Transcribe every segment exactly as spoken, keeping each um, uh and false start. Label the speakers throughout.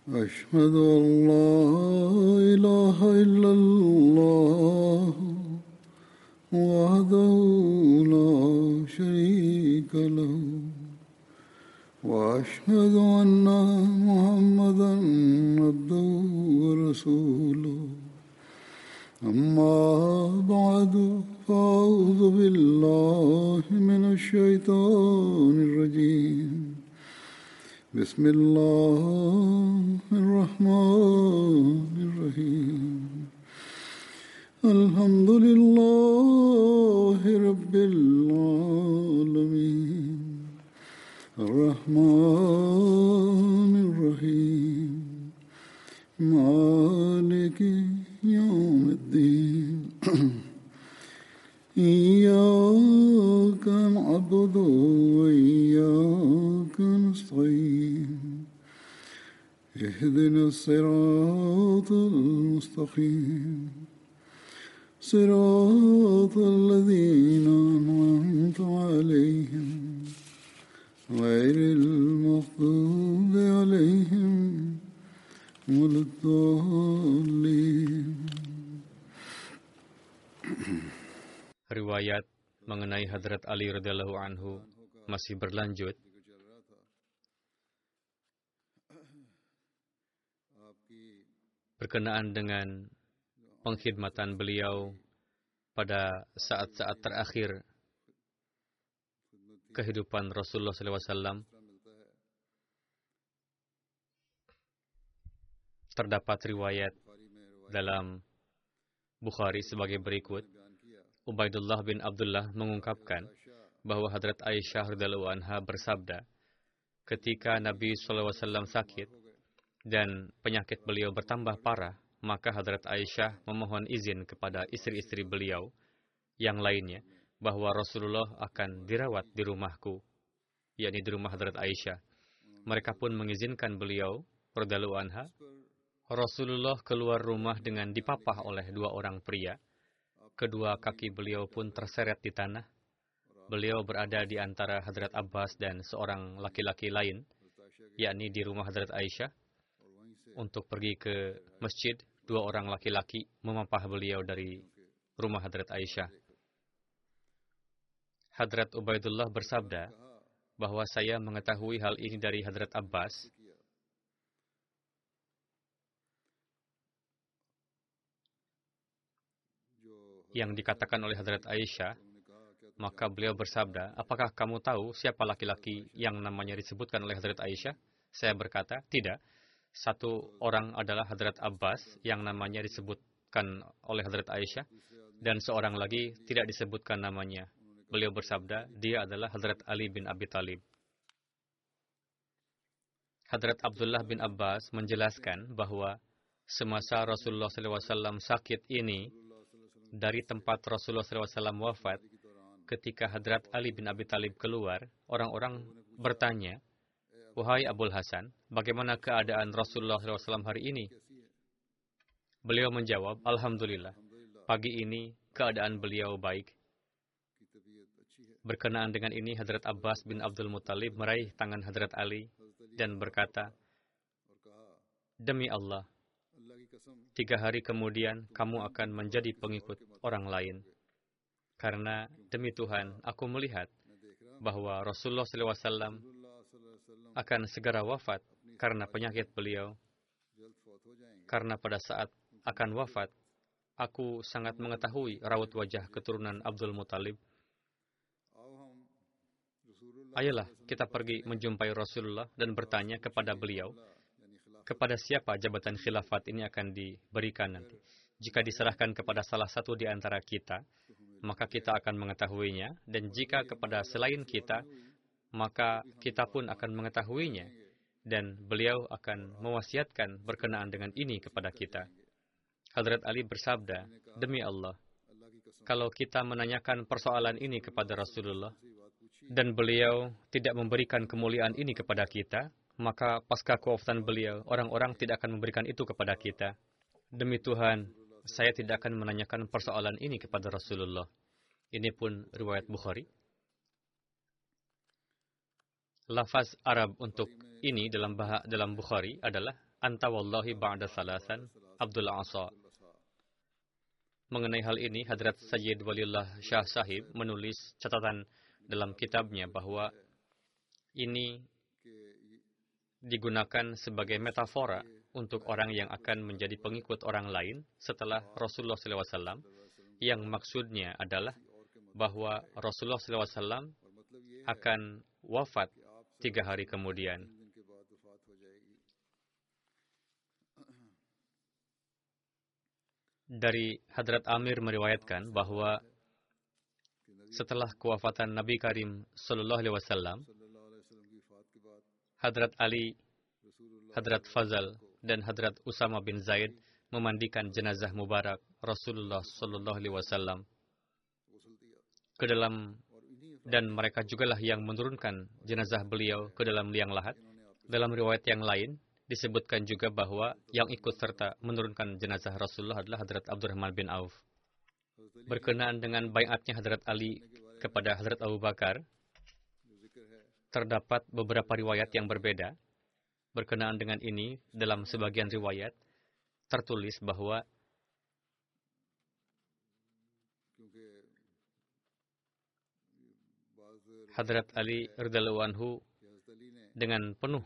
Speaker 1: أشهد أن لا إله إلا الله وحده لا شريك له وأشهد أن محمدا عبده ورسوله أما بعد فأعوذ بالله من الشيطان الرجيم بسم الله الرحمن الرحيم الحمد لله رب العالمين الرحمن الرحيم مالك يوم الدين إياك نعبد وإياك نستعين اهدنا الصراط المستقيم صراط الذين أنعمت عليهم غير المغضوب عليهم ولا الضالين.
Speaker 2: Riwayat mengenai Hadrat Ali radhiyallahu anhu masih berlanjut. Berkenaan dengan pengkhidmatan beliau pada saat-saat terakhir kehidupan Rasulullah shallallahu alaihi wasallam, terdapat riwayat dalam Bukhari sebagai berikut. Ubaidullah bin Abdullah mengungkapkan bahwa Hadrat Aisyah radhiyallahu anha bersabda, ketika Nabi shallallahu alaihi wasallam sakit dan penyakit beliau bertambah parah, maka Hadrat Aisyah memohon izin kepada istri-istri beliau yang lainnya bahwa Rasulullah akan dirawat di rumahku, yakni di rumah Hadrat Aisyah. Mereka pun mengizinkan beliau radhiyallahu anha. Rasulullah keluar rumah dengan dipapah oleh dua orang pria. Kedua kaki beliau pun terseret di tanah. Beliau berada di antara Hadrat Abbas dan seorang laki-laki lain, yakni di rumah Hadrat Aisyah. Untuk pergi ke masjid, dua orang laki-laki memapah beliau dari rumah Hadrat Aisyah. Hadrat Ubaidullah bersabda bahwa saya mengetahui hal ini dari Hadrat Abbas. Yang dikatakan oleh Hadrat Aisyah, maka beliau bersabda, apakah kamu tahu siapa laki-laki yang namanya disebutkan oleh Hadrat Aisyah? Saya berkata, tidak. Satu orang adalah Hadrat Abbas yang namanya disebutkan oleh Hadrat Aisyah, dan seorang lagi tidak disebutkan namanya. Beliau bersabda, dia adalah Hadrat Ali bin Abi Thalib. Hadrat Abdullah bin Abbas menjelaskan bahwa semasa Rasulullah shallallahu alaihi wasallam sakit ini, dari tempat Rasulullah shallallahu alaihi wasallam wafat, ketika Hadrat Ali bin Abi Thalib keluar, orang-orang bertanya, wahai Abul Hasan, bagaimana keadaan Rasulullah shallallahu alaihi wasallam hari ini? Beliau menjawab, alhamdulillah, pagi ini keadaan beliau baik. Berkenaan dengan ini, Hadrat Abbas bin Abdul Muttalib meraih tangan Hadrat Ali dan berkata, demi Allah, tiga hari kemudian kamu akan menjadi pengikut orang lain. Karena demi Tuhan, aku melihat bahwa Rasulullah shallallahu alaihi wasallam akan segera wafat karena penyakit beliau. Karena pada saat akan wafat, aku sangat mengetahui raut wajah keturunan Abdul Muttalib. Ayolah kita pergi menjumpai Rasulullah dan bertanya kepada beliau, kepada siapa jabatan khilafat ini akan diberikan nanti. Jika diserahkan kepada salah satu di antara kita, maka kita akan mengetahuinya. Dan jika kepada selain kita, maka kita pun akan mengetahuinya. Dan beliau akan mewasiatkan berkenaan dengan ini kepada kita. Hadrat Ali bersabda, demi Allah, kalau kita menanyakan persoalan ini kepada Rasulullah, dan beliau tidak memberikan kemuliaan ini kepada kita, maka pasca kewafatan beliau, orang-orang tidak akan memberikan itu kepada kita. Demi Tuhan, saya tidak akan menanyakan persoalan ini kepada Rasulullah. Ini pun riwayat Bukhari. Lafaz Arab untuk ini dalam bahasa dalam Bukhari adalah anta wallahi ba'da salasan Abdul Asa. Mengenai hal ini, Hadrat Sayyid Waliullah Shah Sahib menulis catatan dalam kitabnya bahwa ini digunakan sebagai metafora untuk orang yang akan menjadi pengikut orang lain setelah Rasulullah shallallahu alaihi wasallam, yang maksudnya adalah bahwa Rasulullah shallallahu alaihi wasallam akan wafat tiga hari kemudian. Dari Hadrat Amir meriwayatkan bahwa setelah kewafatan Nabi Karim Sallallahu Alaihi Wasallam, Hadrat Ali, Hadrat Fazal, dan Hadrat Usama bin Zaid memandikan jenazah mubarak Rasulullah Sallallahu Alaihi Wasallam ke dalam, dan mereka jugalah yang menurunkan jenazah beliau ke dalam liang lahat. Dalam riwayat yang lain disebutkan juga bahwa yang ikut serta menurunkan jenazah Rasulullah adalah Hadrat Abdurrahman bin Auf. Berkenaan dengan baiatnya Hadrat Ali kepada Hadrat Abu Bakar, terdapat beberapa riwayat yang berbeda. Berkenaan dengan ini, dalam sebagian riwayat tertulis bahwa Hadrat Ali radhiyallahu anhu dengan penuh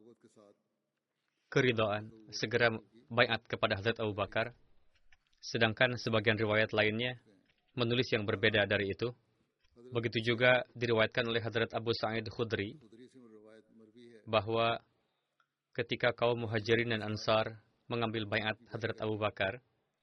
Speaker 2: keridhaan segera baiat kepada Hadrat Abu Bakar, sedangkan sebagian riwayat lainnya menulis yang berbeda dari itu. Begitu juga diriwayatkan oleh Hadrat Abu Sa'id Khudri bahwa ketika kaum Muhajirin dan Ansar mengambil baiat Hadrat Abu Bakar,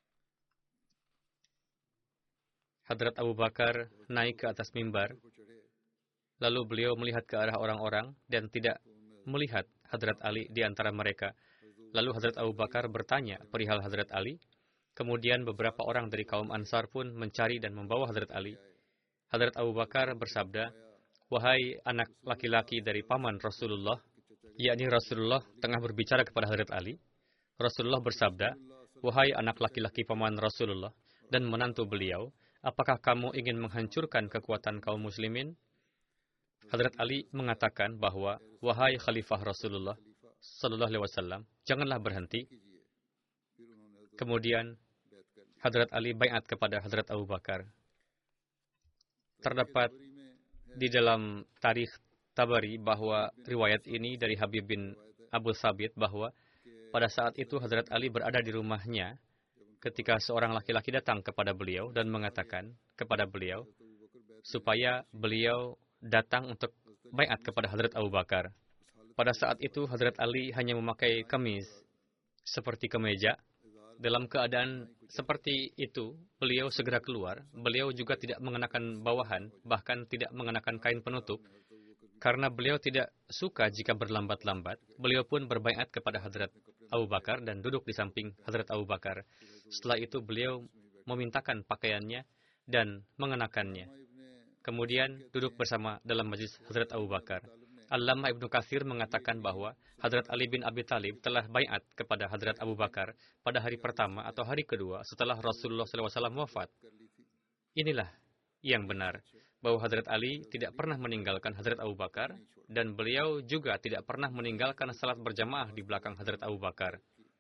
Speaker 2: Hadrat Abu Bakar naik ke atas mimbar, lalu beliau melihat ke arah orang-orang dan tidak melihat Hadrat Ali di antara mereka. Lalu Hadrat Abu Bakar bertanya perihal Hadrat Ali. Kemudian beberapa orang dari kaum Ansar pun mencari dan membawa Hadrat Ali. Hadrat Abu Bakar bersabda, "Wahai anak laki-laki dari paman Rasulullah," yakni Rasulullah tengah berbicara kepada Hadrat Ali. Rasulullah bersabda, "Wahai anak laki-laki paman Rasulullah dan menantu beliau, apakah kamu ingin menghancurkan kekuatan kaum muslimin?" Hadrat Ali mengatakan bahwa, "Wahai Khalifah Rasulullah Sallallahu Alaihi Wasallam, janganlah berhenti." Kemudian Hadrat Ali baiat kepada Hadrat Abu Bakar. Terdapat di dalam tarikh Tabari bahwa riwayat ini dari Habib bin Abu Sabit bahwa pada saat itu Hadrat Ali berada di rumahnya ketika seorang laki-laki datang kepada beliau dan mengatakan kepada beliau supaya beliau datang untuk baiat kepada Hadrat Abu Bakar. Pada saat itu Hadrat Ali hanya memakai kamis seperti kemeja. Dalam keadaan seperti itu, beliau segera keluar. Beliau juga tidak mengenakan bawahan, bahkan tidak mengenakan kain penutup. Karena beliau tidak suka jika berlambat-lambat, beliau pun berbaiat kepada Hadrat Abu Bakar dan duduk di samping Hadrat Abu Bakar. Setelah itu beliau memintakan pakaiannya dan mengenakannya. Kemudian duduk bersama dalam majlis Hadrat Abu Bakar. Allamah Ibnu Katsir mengatakan bahwa Hadrat Ali bin Abi Thalib telah baiat kepada Hadrat Abu Bakar pada hari pertama atau hari kedua setelah Rasulullah shallallahu alaihi wasallam wafat. Inilah yang benar, bahwa Hadrat Ali tidak pernah meninggalkan Hadrat Abu Bakar dan beliau juga tidak pernah meninggalkan salat berjamaah di belakang Hadrat Abu Bakar.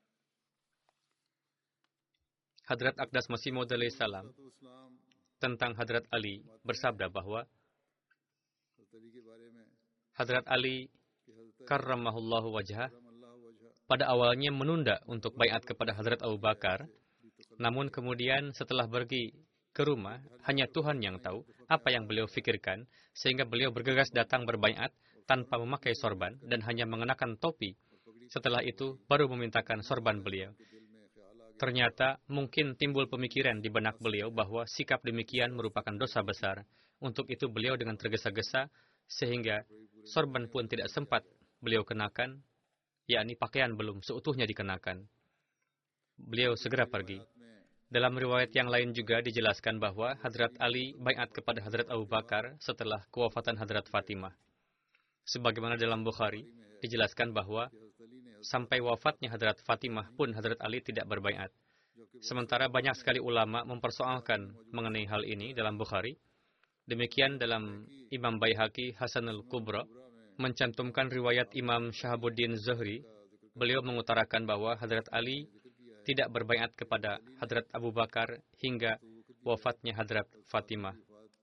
Speaker 2: Hadrat Aqdas Masih Maud alaihi salam tentang Hadrat Ali bersabda bahwa Hadrat Ali karramahullahu wajhah pada awalnya menunda untuk baiat kepada Hadrat Abu Bakar, namun kemudian setelah pergi ke rumah, hanya Tuhan yang tahu apa yang beliau fikirkan, sehingga beliau bergegas datang berbaiat tanpa memakai sorban dan hanya mengenakan topi. Setelah itu baru memintakan sorban beliau. Ternyata mungkin timbul pemikiran di benak beliau bahwa sikap demikian merupakan dosa besar. Untuk itu beliau dengan tergesa-gesa sehingga sorban pun tidak sempat beliau kenakan, yakni pakaian belum seutuhnya dikenakan. Beliau segera pergi. Dalam riwayat yang lain juga dijelaskan bahwa Hadrat Ali baiat kepada Hadrat Abu Bakar setelah kewafatan Hadrat Fatimah. Sebagaimana dalam Bukhari dijelaskan bahwa sampai wafatnya Hadrat Fatimah pun Hadrat Ali tidak berbaiat. Sementara banyak sekali ulama mempersoalkan mengenai hal ini dalam Bukhari. Demikian dalam Imam Baihaqi Hasanul Kubra mencantumkan riwayat Imam Shahabuddin Zuhri beliau mengutarakan bahwa Hadrat Ali tidak berbaiat kepada Hadrat Abu Bakar hingga wafatnya Hadrat Fatimah.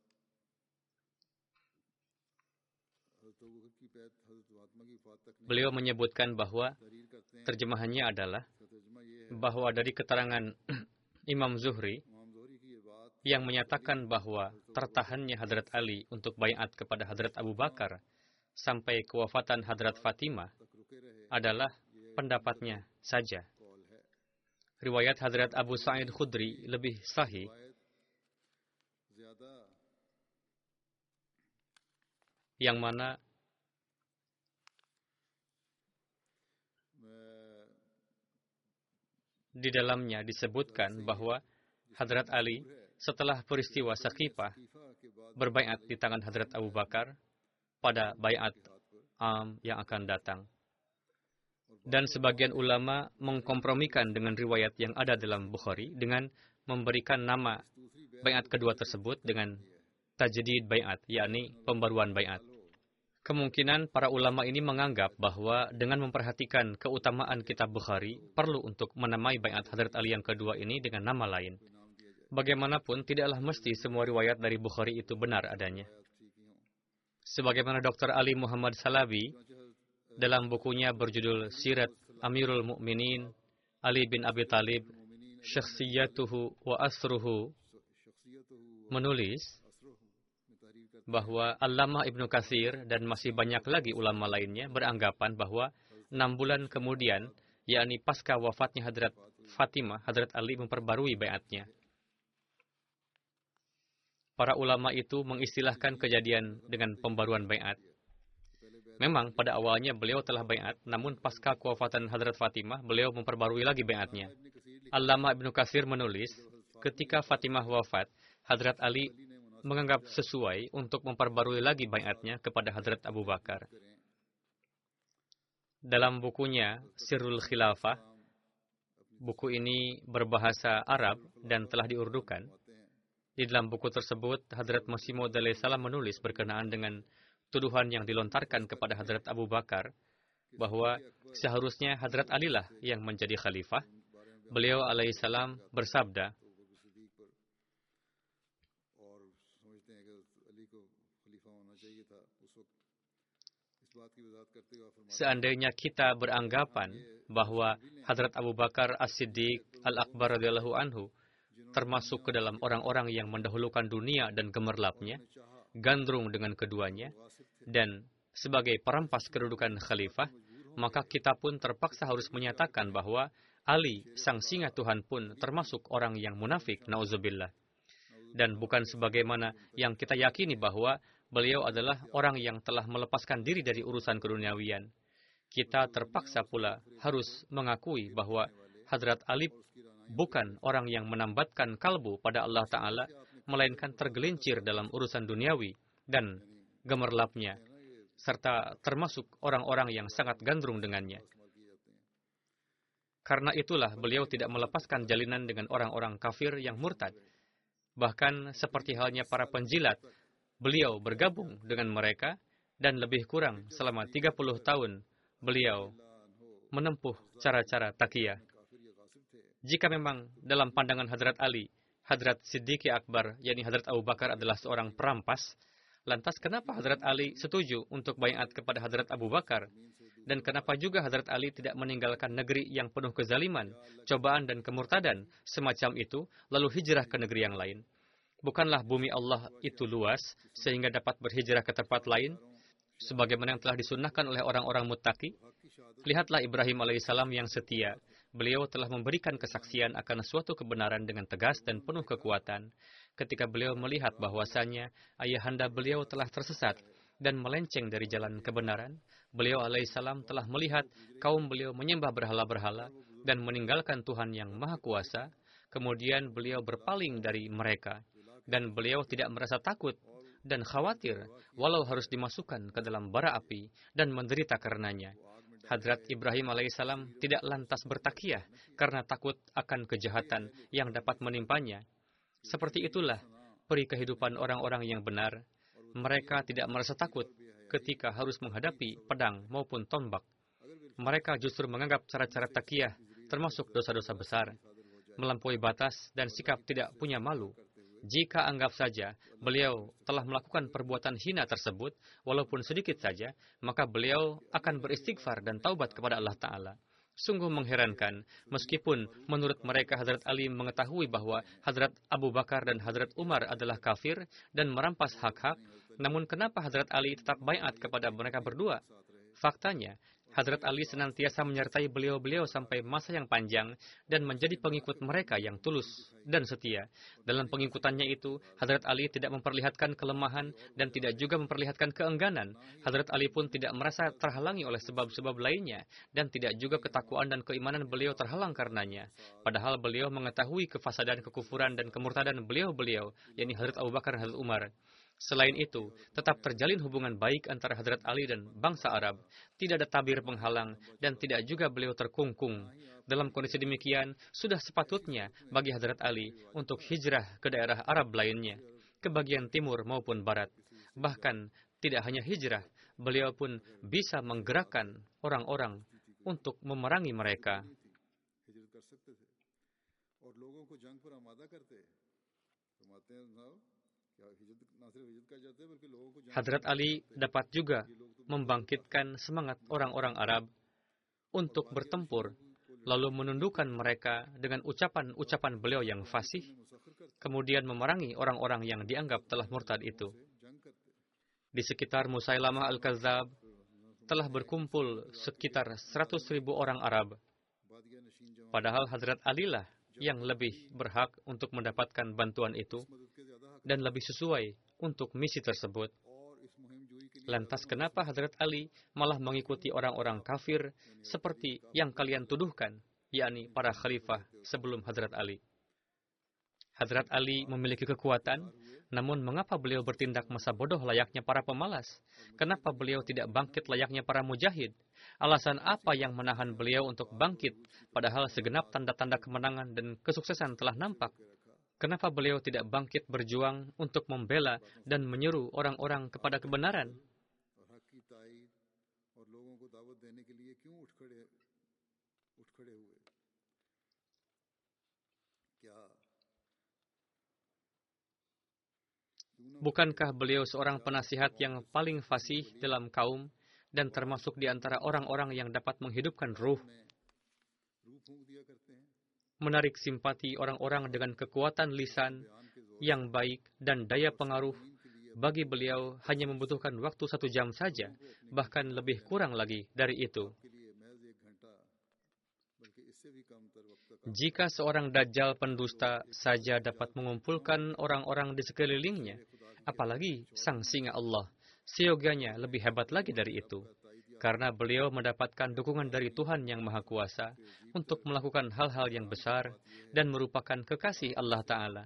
Speaker 2: Beliau menyebutkan bahwa terjemahannya adalah bahwa dari keterangan Imam Zuhri yang menyatakan bahwa tertahannya Hadrat Ali untuk baiat kepada Hadrat Abu Bakar sampai kewafatan Hadrat Fatimah adalah pendapatnya saja. Riwayat Hadrat Abu Sa'id Khudri lebih sahih, yang mana di dalamnya disebutkan bahwa Hadrat Ali setelah peristiwa Saqifah berbaiat di tangan Hadrat Abu Bakar pada baiat am yang akan datang. Dan sebagian ulama mengkompromikan dengan riwayat yang ada dalam Bukhari dengan memberikan nama baiat kedua tersebut dengan tajdid baiat, yakni pembaruan baiat. Kemungkinan para ulama ini menganggap bahwa dengan memperhatikan keutamaan kitab Bukhari, perlu untuk menamai baiat Hadrat Ali yang kedua ini dengan nama lain. Bagaimanapun, tidaklah mesti semua riwayat dari Bukhari itu benar adanya. Sebagaimana Doktor Ali Muhammad Salabi dalam bukunya berjudul Sirat Amirul Mukminin Ali bin Abi Thalib, Syakhsiyatuhu wa Asruhu, menulis bahwa Allamah Ibnu Katsir dan masih banyak lagi ulama lainnya beranggapan bahwa enam bulan kemudian, yakni pasca wafatnya Hadrat Fatimah, Hadrat Ali memperbarui baiatnya. Para ulama itu mengistilahkan kejadian dengan pembaruan baiat. Memang pada awalnya beliau telah baiat, namun pasca kewafatan Hadrat Fatimah, beliau memperbarui lagi baiatnya. Allamah Ibnu Katsir menulis, ketika Fatimah wafat, Hadrat Ali menganggap sesuai untuk memperbarui lagi baiatnya kepada Hadrat Abu Bakar. Dalam bukunya Sirrul Khilafah, buku ini berbahasa Arab dan telah diurdukan. Di dalam buku tersebut, Hadrat Masih Maud alaihissalam menulis berkenaan dengan tuduhan yang dilontarkan kepada Hadrat Abu Bakar bahwa seharusnya Hadrat Ali lah yang menjadi khalifah. Beliau alaihissalam bersabda, seandainya kita beranggapan bahwa Hadrat Abu Bakar As-Siddiq Al-Akbar radhiyallahu anhu termasuk ke dalam orang-orang yang mendahulukan dunia dan gemerlapnya, gandrung dengan keduanya, dan sebagai perampas kedudukan khalifah, maka kita pun terpaksa harus menyatakan bahwa Ali, sang singa Tuhan pun termasuk orang yang munafik, na'udzubillah. Dan bukan sebagaimana yang kita yakini bahwa beliau adalah orang yang telah melepaskan diri dari urusan keduniawian. Kita terpaksa pula harus mengakui bahwa Hadrat Ali bukan orang yang menambatkan kalbu pada Allah Ta'ala, melainkan tergelincir dalam urusan duniawi dan gemerlapnya, serta termasuk orang-orang yang sangat gandrung dengannya. Karena itulah beliau tidak melepaskan jalinan dengan orang-orang kafir yang murtad. Bahkan seperti halnya para penjilat, beliau bergabung dengan mereka dan lebih kurang selama tiga puluh tahun beliau menempuh cara-cara taqiyah. Jika memang dalam pandangan Hadrat Ali, Hadrat Siddiq Akbar, yakni Hadrat Abu Bakar adalah seorang perampas, lantas kenapa Hadrat Ali setuju untuk baiat kepada Hadrat Abu Bakar? Dan kenapa juga Hadrat Ali tidak meninggalkan negeri yang penuh kezaliman, cobaan dan kemurtadan semacam itu, lalu hijrah ke negeri yang lain? Bukanlah bumi Allah itu luas, sehingga dapat berhijrah ke tempat lain, sebagaimana yang telah disunnahkan oleh orang-orang muttaqi? Lihatlah Ibrahim alaihissalam yang setia. Beliau telah memberikan kesaksian akan suatu kebenaran dengan tegas dan penuh kekuatan. Ketika beliau melihat bahwasanya ayahanda beliau telah tersesat dan melenceng dari jalan kebenaran, beliau alaihissalam telah melihat kaum beliau menyembah berhala-berhala dan meninggalkan Tuhan yang Maha Kuasa. Kemudian beliau berpaling dari mereka dan beliau tidak merasa takut dan khawatir walau harus dimasukkan ke dalam bara api dan menderita karenanya. Hadrat Ibrahim alaihissalam tidak lantas bertakiyah karena takut akan kejahatan yang dapat menimpanya. Seperti itulah peri kehidupan orang-orang yang benar. Mereka tidak merasa takut ketika harus menghadapi pedang maupun tombak. mereka justru menganggap cara-cara taqiyah termasuk dosa-dosa besar, melampaui batas dan sikap tidak punya malu. Jika anggap saja beliau telah melakukan perbuatan hina tersebut, walaupun sedikit saja, maka beliau akan beristighfar dan taubat kepada Allah Ta'ala. Sungguh mengherankan, meskipun menurut mereka Hadrat Ali mengetahui bahwa Hadrat Abu Bakar dan Hadrat Umar adalah kafir dan merampas hak-hak, namun kenapa Hadrat Ali tetap baiat kepada mereka berdua? Faktanya, Hadrat Ali senantiasa menyertai beliau-beliau sampai masa yang panjang dan menjadi pengikut mereka yang tulus dan setia. Dalam pengikutannya itu, Hadrat Ali tidak memperlihatkan kelemahan dan tidak juga memperlihatkan keengganan. Hadrat Ali pun tidak merasa terhalangi oleh sebab-sebab lainnya dan tidak juga ketakwaan dan keimanan beliau terhalang karenanya. Padahal beliau mengetahui kefasadan, kekufuran dan kemurtadan beliau-beliau, yakni Hadrat Abu Bakar dan Hadrat Umar. Selain itu, tetap terjalin hubungan baik antara Hadrat Ali dan bangsa Arab. Tidak ada tabir penghalang dan tidak juga beliau terkungkung. Dalam kondisi demikian, sudah sepatutnya bagi Hadrat Ali untuk hijrah ke daerah Arab lainnya, ke bagian timur maupun barat. Bahkan, tidak hanya hijrah, beliau pun bisa menggerakkan orang-orang untuk memerangi mereka. Hadrat Ali dapat juga membangkitkan semangat orang-orang Arab untuk bertempur, lalu menundukkan mereka dengan ucapan-ucapan beliau yang fasih, kemudian memerangi orang-orang yang dianggap telah murtad itu. Di sekitar Musailamah Al-Kadzab telah berkumpul sekitar seratus ribu orang Arab. Padahal Hadrat Ali lah yang lebih berhak untuk mendapatkan bantuan itu dan lebih sesuai untuk misi tersebut. Lantas kenapa Hadrat Ali malah mengikuti orang-orang kafir seperti yang kalian tuduhkan, yakni para khalifah sebelum Hadrat Ali? Hadrat Ali memiliki kekuatan, namun mengapa beliau bertindak masa bodoh layaknya para pemalas? Kenapa beliau tidak bangkit layaknya para mujahid? Alasan apa yang menahan beliau untuk bangkit, padahal segenap tanda-tanda kemenangan dan kesuksesan telah nampak? Kenapa beliau tidak bangkit berjuang untuk membela dan menyeru orang-orang kepada kebenaran? Bukankah beliau seorang penasihat yang paling fasih dalam kaum dan termasuk di antara orang-orang yang dapat menghidupkan ruh, menarik simpati orang-orang dengan kekuatan lisan yang baik dan daya pengaruh? Bagi beliau hanya membutuhkan waktu satu jam saja, bahkan lebih kurang lagi dari itu. Jika seorang dajjal pendusta saja dapat mengumpulkan orang-orang di sekelilingnya, apalagi sang singa Allah, seyogianya lebih hebat lagi dari itu. Karena beliau mendapatkan dukungan dari Tuhan yang Maha Kuasa untuk melakukan hal-hal yang besar dan merupakan kekasih Allah Ta'ala.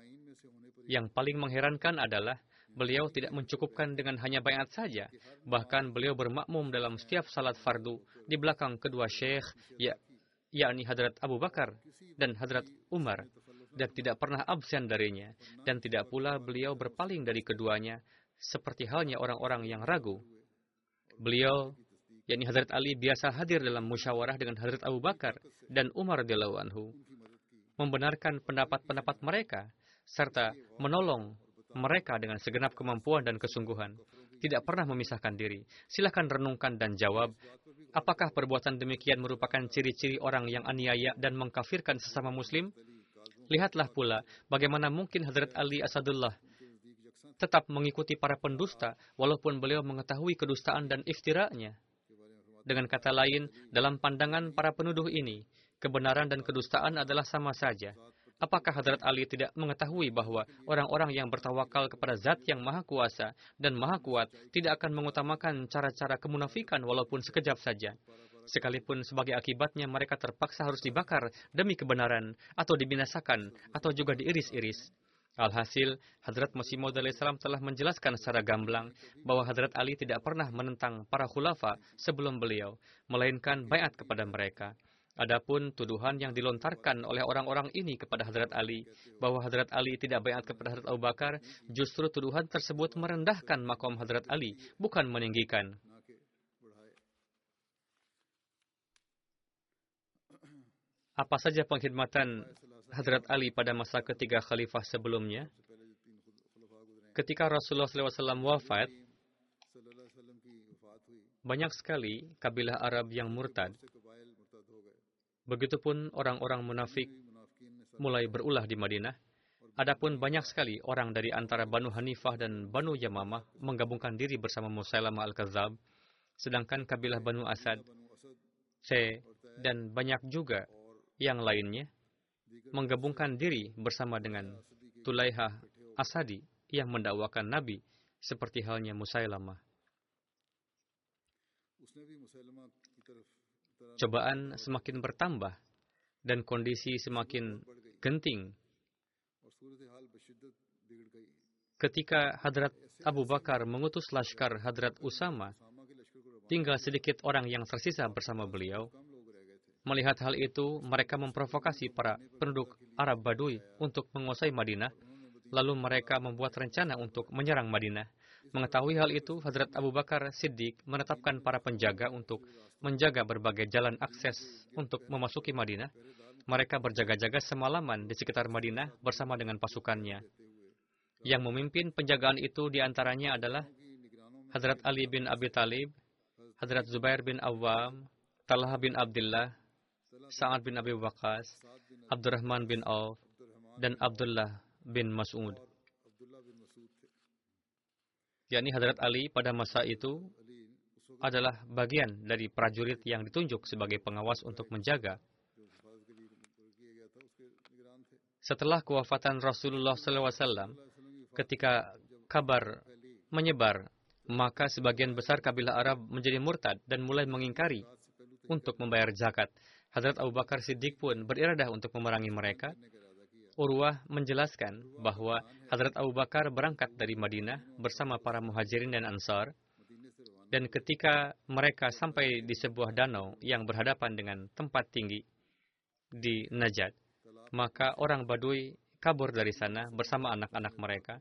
Speaker 2: Yang paling mengherankan adalah beliau tidak mencukupkan dengan hanya baiat saja, bahkan beliau bermakmum dalam setiap salat fardu di belakang kedua syekh, ya, yakni Hadrat Abu Bakar dan Hadrat Umar, dan tidak pernah absen darinya, dan tidak pula beliau berpaling dari keduanya, seperti halnya orang-orang yang ragu. Beliau, yakni Hadrat Ali, biasa hadir dalam musyawarah dengan Hadrat Abu Bakar dan Umar radhiyallahu anhu, membenarkan pendapat-pendapat mereka, serta menolong mereka dengan segenap kemampuan dan kesungguhan. Tidak pernah memisahkan diri. Silakan renungkan dan jawab, apakah perbuatan demikian merupakan ciri-ciri orang yang aniaya dan mengkafirkan sesama muslim? Lihatlah pula bagaimana mungkin Hadrat Ali Asadullah tetap mengikuti para pendusta walaupun beliau mengetahui kedustaan dan iftiranya. Dengan kata lain, dalam pandangan para penuduh ini, kebenaran dan kedustaan adalah sama saja. Apakah Hadrat Ali tidak mengetahui bahwa orang-orang yang bertawakal kepada Zat yang Maha Kuasa dan Maha Kuat tidak akan mengutamakan cara-cara kemunafikan walaupun sekejap saja? Sekalipun sebagai akibatnya mereka terpaksa harus dibakar demi kebenaran, atau dibinasakan, atau juga diiris-iris. Alhasil, Hadrat Masih Maud alaihissalam telah menjelaskan secara gamblang bahwa Hadrat Ali tidak pernah menentang para khulafa sebelum beliau, melainkan baiat kepada mereka. Adapun tuduhan yang dilontarkan oleh orang-orang ini kepada Hadrat Ali, bahwa Hadrat Ali tidak baiat kepada Hadrat Abu Bakar, justru tuduhan tersebut merendahkan makom Hadrat Ali, bukan meninggikan. Apa saja pengkhidmatan Hadrat Ali pada masa ketiga khalifah sebelumnya? Ketika Rasulullah shallallahu alaihi wasallam wafat, banyak sekali kabilah Arab yang murtad. Begitupun orang-orang munafik mulai berulah di Madinah. Adapun banyak sekali orang dari antara Banu Hanifah dan Banu Yamamah menggabungkan diri bersama Musailamah Al-Kadzab, sedangkan kabilah Banu Asad, C, dan banyak juga yang lainnya menggabungkan diri bersama dengan Tulaihah Asadi yang mendakwakan Nabi seperti halnya Musailamah. Cobaan semakin bertambah dan kondisi semakin genting. Ketika Hadrat Abu Bakar mengutus laskar Hadrat Usama, tinggal sedikit orang yang tersisa bersama beliau. Melihat hal itu, mereka memprovokasi para penduduk Arab Badui untuk menguasai Madinah, lalu mereka membuat rencana untuk menyerang Madinah. Mengetahui hal itu, Hadrat Abu Bakar Siddiq menetapkan para penjaga untuk menjaga berbagai jalan akses untuk memasuki Madinah. Mereka berjaga-jaga semalaman di sekitar Madinah bersama dengan pasukannya. Yang memimpin penjagaan itu diantaranya adalah Hadrat Ali bin Abi Talib, Hadrat Zubair bin Awam, Talha bin Abdullah, Sa'ad bin Abi Waqqas, Abdurrahman bin Auf, dan Abdullah bin Mas'ud. yakni Hadrat Ali pada masa itu adalah bagian dari prajurit yang ditunjuk sebagai pengawas untuk menjaga. Setelah kewafatan Rasulullah shallallahu alaihi wasallam, ketika kabar menyebar, maka sebagian besar kabilah Arab menjadi murtad dan mulai mengingkari untuk membayar zakat. Hadrat Abu Bakar Siddiq pun beriradah untuk memerangi mereka. Urwah menjelaskan bahwa Hadrat Abu Bakar berangkat dari Madinah bersama para muhajirin dan ansar, dan ketika mereka sampai di sebuah danau yang berhadapan dengan tempat tinggi di Najd, maka orang Badui kabur dari sana bersama anak-anak mereka.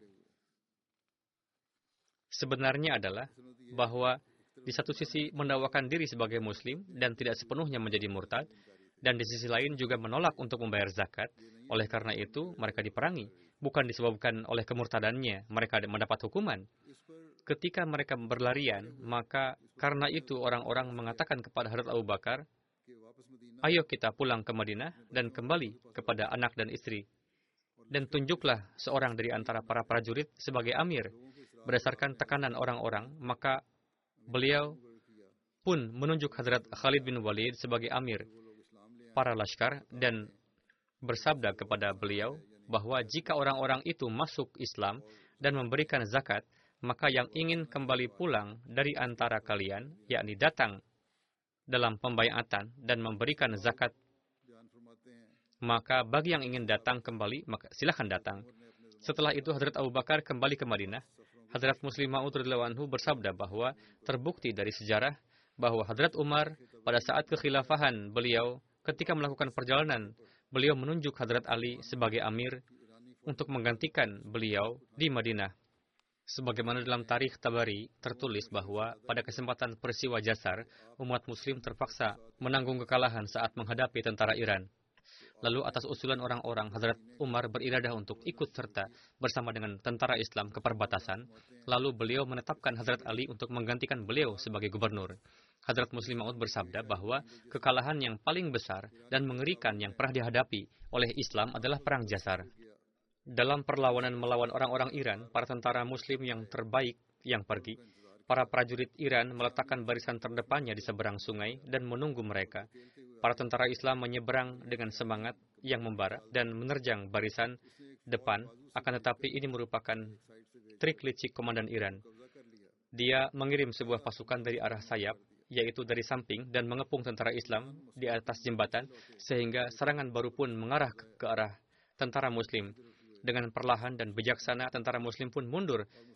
Speaker 2: Sebenarnya adalah bahwa di satu sisi mendakwakan diri sebagai muslim dan tidak sepenuhnya menjadi murtad, dan di sisi lain juga menolak untuk membayar zakat. Oleh karena itu, mereka diperangi. Bukan disebabkan oleh kemurtadannya, mereka mendapat hukuman. Ketika mereka berlarian, maka karena itu orang-orang mengatakan kepada Hadrat Abu Bakar, ayo kita pulang ke Madinah dan kembali kepada anak dan istri. Dan tunjuklah seorang dari antara para prajurit sebagai amir. Berdasarkan tekanan orang-orang, maka beliau pun menunjuk Hadrat Khalid bin Walid sebagai amir para laskar dan bersabda kepada beliau bahwa jika orang-orang itu masuk Islam dan memberikan zakat, maka yang ingin kembali pulang dari antara kalian, yakni datang dalam pembaiatan dan memberikan zakat, maka bagi yang ingin datang kembali, maka silakan datang. Setelah itu Hadrat Abu Bakar kembali ke Madinah. Hadrat Muslim Ma'ud radhiyallahu anhu bersabda bahwa terbukti dari sejarah bahwa Hadrat Umar pada saat kekhilafahan beliau, ketika melakukan perjalanan, beliau menunjuk Hadrat Ali sebagai amir untuk menggantikan beliau di Madinah. Sebagaimana dalam tarikh Tabari tertulis bahwa pada kesempatan peristiwa Jasar, umat muslim terpaksa menanggung kekalahan saat menghadapi tentara Iran. Lalu atas usulan orang-orang, Hadrat Umar beriradah untuk ikut serta bersama dengan tentara Islam ke perbatasan. Lalu beliau menetapkan Hadrat Ali untuk menggantikan beliau sebagai gubernur. Hadrat Muslim Ma'ud bersabda bahwa kekalahan yang paling besar dan mengerikan yang pernah dihadapi oleh Islam adalah Perang Jasar. Dalam perlawanan melawan orang-orang Iran, para tentara Muslim yang terbaik yang pergi, para prajurit Iran meletakkan barisan terdepannya di seberang sungai dan menunggu mereka. Para tentara Islam menyeberang dengan semangat yang membara dan menerjang barisan depan, akan tetapi ini merupakan trik licik komandan Iran. Dia mengirim sebuah pasukan dari arah sayap, yaitu dari samping, dan mengepung tentara Islam di atas jembatan, sehingga serangan baru pun mengarah ke, ke arah tentara Muslim. Dengan perlahan dan bijaksana, tentara Muslim pun mundur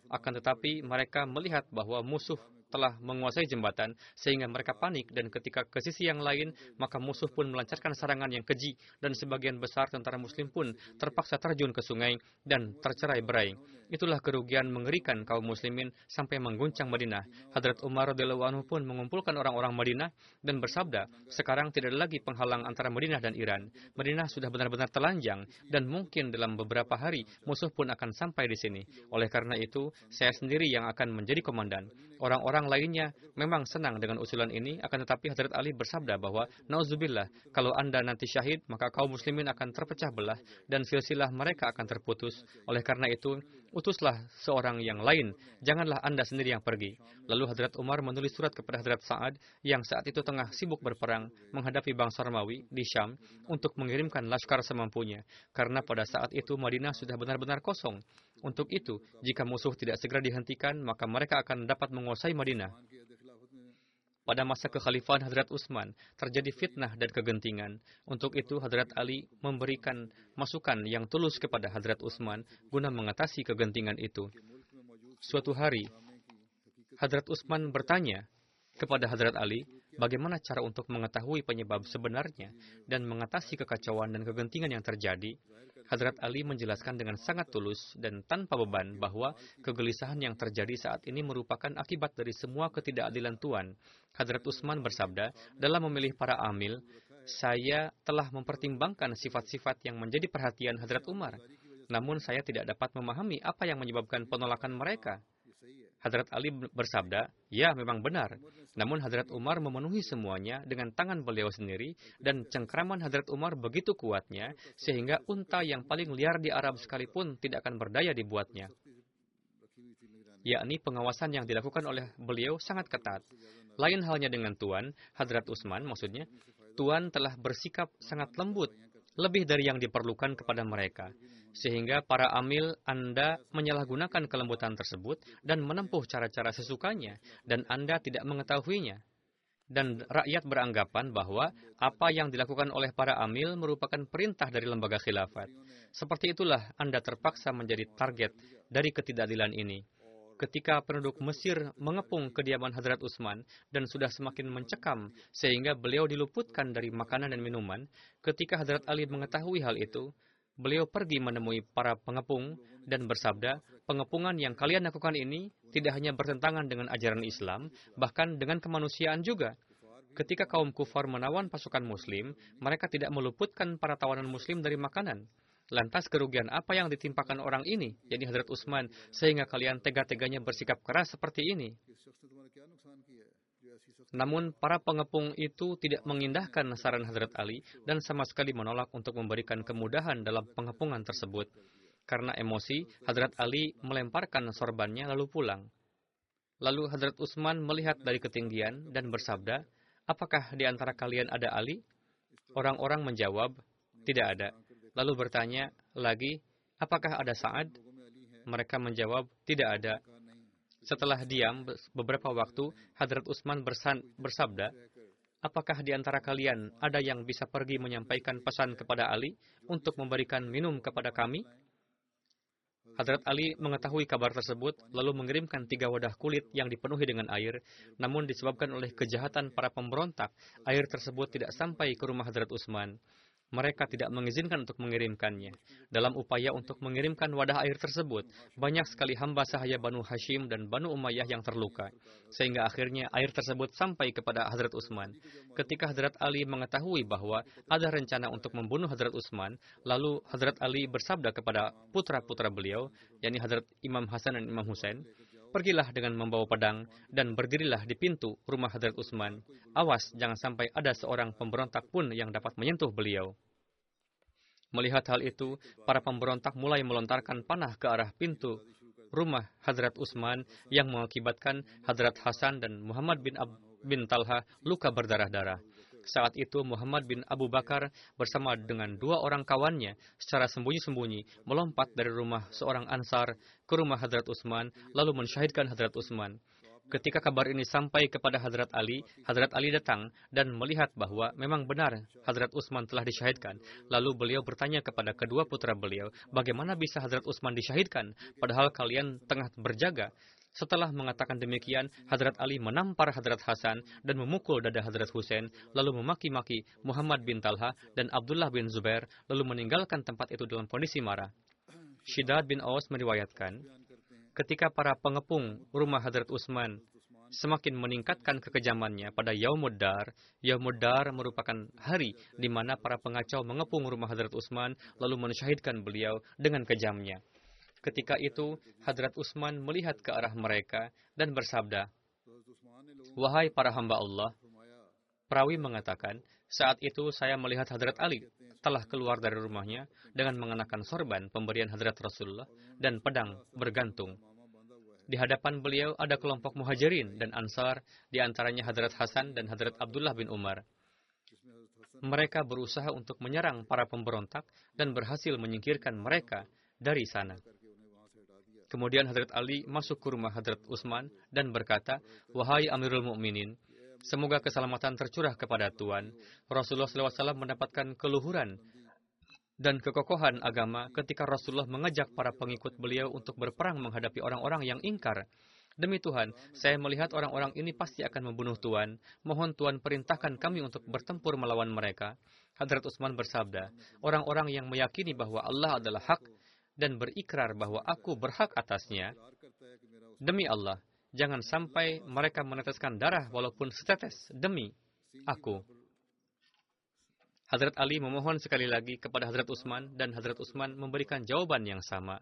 Speaker 2: Akan tetapi mereka melihat bahwa musuh telah menguasai jembatan, sehingga mereka panik, dan ketika ke sisi yang lain, maka musuh pun melancarkan serangan yang keji, dan sebagian besar tentara muslim pun terpaksa terjun ke sungai dan tercerai-berai. Itulah kerugian mengerikan kaum muslimin sampai mengguncang Madinah. Hadrat Umar radhiyallahu anhu pun mengumpulkan orang-orang Madinah dan bersabda, sekarang tidak ada lagi penghalang antara Madinah dan Iran. Madinah sudah benar-benar telanjang, dan mungkin dalam beberapa hari musuh pun akan sampai di sini. Oleh karena itu, saya sendiri yang akan menjadi komandan. Orang-orang lainnya memang senang dengan usulan ini, akan tetapi Hadrat Ali bersabda bahwa, nauzubillah, kalau Anda nanti syahid, maka kaum muslimin akan terpecah belah dan silsilah mereka akan terputus. Oleh karena itu, utuslah seorang yang lain, janganlah Anda sendiri yang pergi. Lalu Hadrat Umar menulis surat kepada Hadrat Sa'ad yang saat itu tengah sibuk berperang menghadapi bangsa Romawi di Syam untuk mengirimkan laskar semampunya, karena pada saat itu Madinah sudah benar-benar kosong. Untuk itu, jika musuh tidak segera dihentikan, maka mereka akan dapat menguasai Madinah. Pada masa kekhalifahan Hadrat Utsman, terjadi fitnah dan kegentingan. Untuk itu, Hadrat Ali memberikan masukan yang tulus kepada Hadrat Utsman guna mengatasi kegentingan itu. Suatu hari, Hadrat Utsman bertanya kepada Hadrat Ali, bagaimana cara untuk mengetahui penyebab sebenarnya dan mengatasi kekacauan dan kegentingan yang terjadi. Hadrat Ali menjelaskan dengan sangat tulus dan tanpa beban bahwa kegelisahan yang terjadi saat ini merupakan akibat dari semua ketidakadilan Tuhan. Hadrat Utsman bersabda, dalam memilih para amil, saya telah mempertimbangkan sifat-sifat yang menjadi perhatian Hadrat Umar. Namun saya tidak dapat memahami apa yang menyebabkan penolakan mereka. Hadrat Ali bersabda, ya memang benar. Namun Hadrat Umar memenuhi semuanya dengan tangan beliau sendiri, dan cengkraman Hadrat Umar begitu kuatnya, sehingga unta yang paling liar di Arab sekalipun tidak akan berdaya dibuatnya. Yakni pengawasan yang dilakukan oleh beliau sangat ketat. Lain halnya dengan Tuan, Hadrat Utsman maksudnya, Tuan telah bersikap sangat lembut, lebih dari yang diperlukan kepada mereka. Sehingga para amil Anda menyalahgunakan kelembutan tersebut dan menempuh cara-cara sesukanya, dan Anda tidak mengetahuinya. Dan rakyat beranggapan bahwa apa yang dilakukan oleh para amil merupakan perintah dari lembaga khilafat. Seperti itulah Anda terpaksa menjadi target dari ketidakadilan ini. Ketika penduduk Mesir mengepung kediaman Hadrat Utsman dan sudah semakin mencekam sehingga beliau diluputkan dari makanan dan minuman, ketika Hadrat Ali mengetahui hal itu, beliau pergi menemui para pengepung dan bersabda, pengepungan yang kalian lakukan ini tidak hanya bertentangan dengan ajaran Islam, bahkan dengan kemanusiaan juga. Ketika kaum kufar menawan pasukan muslim, mereka tidak meluputkan para tawanan muslim dari makanan. Lantas kerugian apa yang ditimpakan orang ini, yakni Hadrat Utsman, sehingga kalian tega-teganya bersikap keras seperti ini? Namun para pengepung itu tidak mengindahkan saran Hadrat Ali dan sama sekali menolak untuk memberikan kemudahan dalam pengepungan tersebut. Karena emosi, Hadrat Ali melemparkan sorbannya lalu pulang. Lalu Hadrat Utsman melihat dari ketinggian dan bersabda, apakah di antara kalian ada Ali? Orang-orang menjawab, tidak ada. Lalu bertanya lagi, apakah ada Sa'ad? Mereka menjawab, tidak ada. Setelah diam beberapa waktu, Hadrat Utsman bersabda, apakah di antara kalian ada yang bisa pergi menyampaikan pesan kepada Ali untuk memberikan minum kepada kami? Hadrat Ali mengetahui kabar tersebut, lalu mengirimkan tiga wadah kulit yang dipenuhi dengan air. Namun disebabkan oleh kejahatan para pemberontak, air tersebut tidak sampai ke rumah Hadrat Utsman. Mereka tidak mengizinkan untuk mengirimkannya. Dalam upaya untuk mengirimkan wadah air tersebut, banyak sekali hamba sahaya Banu Hashim dan Banu Umayyah yang terluka. Sehingga akhirnya air tersebut sampai kepada Hadrat Utsman. Ketika Hadrat Ali mengetahui bahwa ada rencana untuk membunuh Hadrat Utsman, lalu Hadrat Ali bersabda kepada putra-putra beliau, yakni Hadrat Imam Hasan dan Imam Husain, pergilah dengan membawa pedang dan berdirilah di pintu rumah Hadrat Utsman. Awas, jangan sampai ada seorang pemberontak pun yang dapat menyentuh beliau. Melihat hal itu, para pemberontak mulai melontarkan panah ke arah pintu rumah Hadrat Utsman yang mengakibatkan Hadrat Hasan dan Muhammad bin Ab bin Talha luka berdarah-darah. Saat itu Muhammad bin Abu Bakar bersama dengan dua orang kawannya secara sembunyi-sembunyi melompat dari rumah seorang Ansar ke rumah Hadrat Utsman lalu mensyahidkan Hadrat Utsman. Ketika kabar ini sampai kepada Hadrat Ali, Hadrat Ali datang dan melihat bahwa memang benar Hadrat Utsman telah disyahidkan. Lalu beliau bertanya kepada kedua putra beliau, bagaimana bisa Hadrat Utsman disyahidkan, padahal kalian tengah berjaga? Setelah mengatakan demikian, Hadrat Ali menampar Hadrat Hasan dan memukul dada Hadrat Husain, lalu memaki-maki Muhammad bin Talha dan Abdullah bin Zubair, lalu meninggalkan tempat itu dalam kondisi marah. Shiddad bin Aus meriwayatkan, ketika para pengepung rumah Hadrat Utsman semakin meningkatkan kekejamannya pada Yaumud Dar, Yaumud Dar merupakan hari di mana para pengacau mengepung rumah Hadrat Utsman lalu mensyahidkan beliau dengan kejamnya. Ketika itu, Hadrat Utsman melihat ke arah mereka dan bersabda, "Wahai para hamba Allah," perawi mengatakan, saat itu saya melihat Hadrat Ali telah keluar dari rumahnya dengan mengenakan sorban pemberian Hadrat Rasulullah dan pedang bergantung. Di hadapan beliau ada kelompok muhajirin dan ansar, di antaranya Hadrat Hasan dan Hadrat Abdullah bin Umar. Mereka berusaha untuk menyerang para pemberontak dan berhasil menyingkirkan mereka dari sana. Kemudian Hadrat Ali masuk ke rumah Hadrat Utsman dan berkata, "Wahai Amirul Mukminin, semoga keselamatan tercurah kepada Tuan." Rasulullah shallallahu alaihi wasallam mendapatkan keluhuran dan kekokohan agama ketika Rasulullah mengajak para pengikut beliau untuk berperang menghadapi orang-orang yang ingkar. "Demi Tuhan, saya melihat orang-orang ini pasti akan membunuh Tuan. Mohon Tuan perintahkan kami untuk bertempur melawan mereka." Hadrat Utsman bersabda, "Orang-orang yang meyakini bahwa Allah adalah hak dan berikrar bahwa aku berhak atasnya, demi Allah, jangan sampai mereka meneteskan darah walaupun setetes demi aku." Hadrat Ali memohon sekali lagi kepada Hadrat Utsman dan Hadrat Utsman memberikan jawaban yang sama.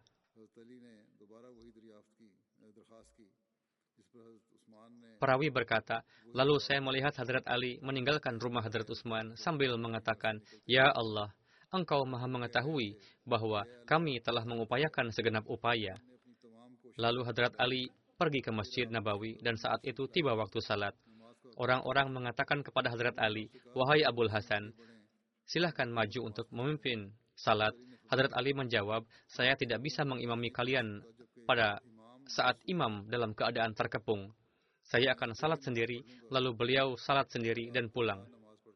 Speaker 2: Perawi berkata, lalu saya melihat Hadrat Ali meninggalkan rumah Hadrat Utsman sambil mengatakan, "Ya Allah, Engkau maha mengetahui bahwa kami telah mengupayakan segenap upaya." Lalu Hadrat Ali pergi ke Masjid Nabawi dan saat itu tiba waktu salat. Orang-orang mengatakan kepada Hadrat Ali, "Wahai Abul Hasan, silahkan maju untuk memimpin salat." Hadrat Ali menjawab, "Saya tidak bisa mengimami kalian pada saat imam dalam keadaan terkepung. Saya akan salat sendiri." Lalu beliau salat sendiri dan pulang.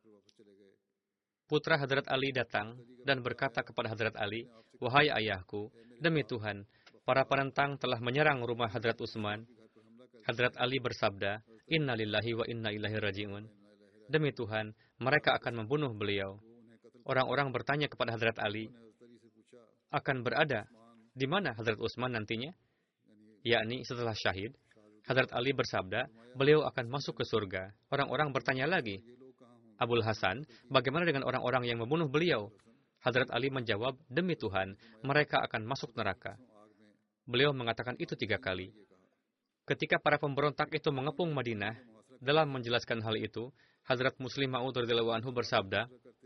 Speaker 2: Putra Hadrat Ali datang dan berkata kepada Hadrat Ali, "Wahai ayahku, demi Tuhan, para penentang telah menyerang rumah Hadrat Utsman." Hadrat Ali bersabda, "Inna lillahi wa inna ilaihi raji'un." Demi Tuhan, mereka akan membunuh beliau. Orang-orang bertanya kepada Hadrat Ali, akan berada di mana Hadrat Utsman nantinya? Yakni setelah syahid. Hadrat Ali bersabda, beliau akan masuk ke surga. Orang-orang bertanya lagi, "Abul Hasan, bagaimana dengan orang-orang yang membunuh beliau?" Hadrat Ali menjawab, "Demi Tuhan, mereka akan masuk neraka." Beliau mengatakan itu tiga kali. Ketika para pemberontak itu mengepung Madinah, dalam menjelaskan hal itu, Hadrat Muslim Ma'ud radhiyallahu anhu bersabda,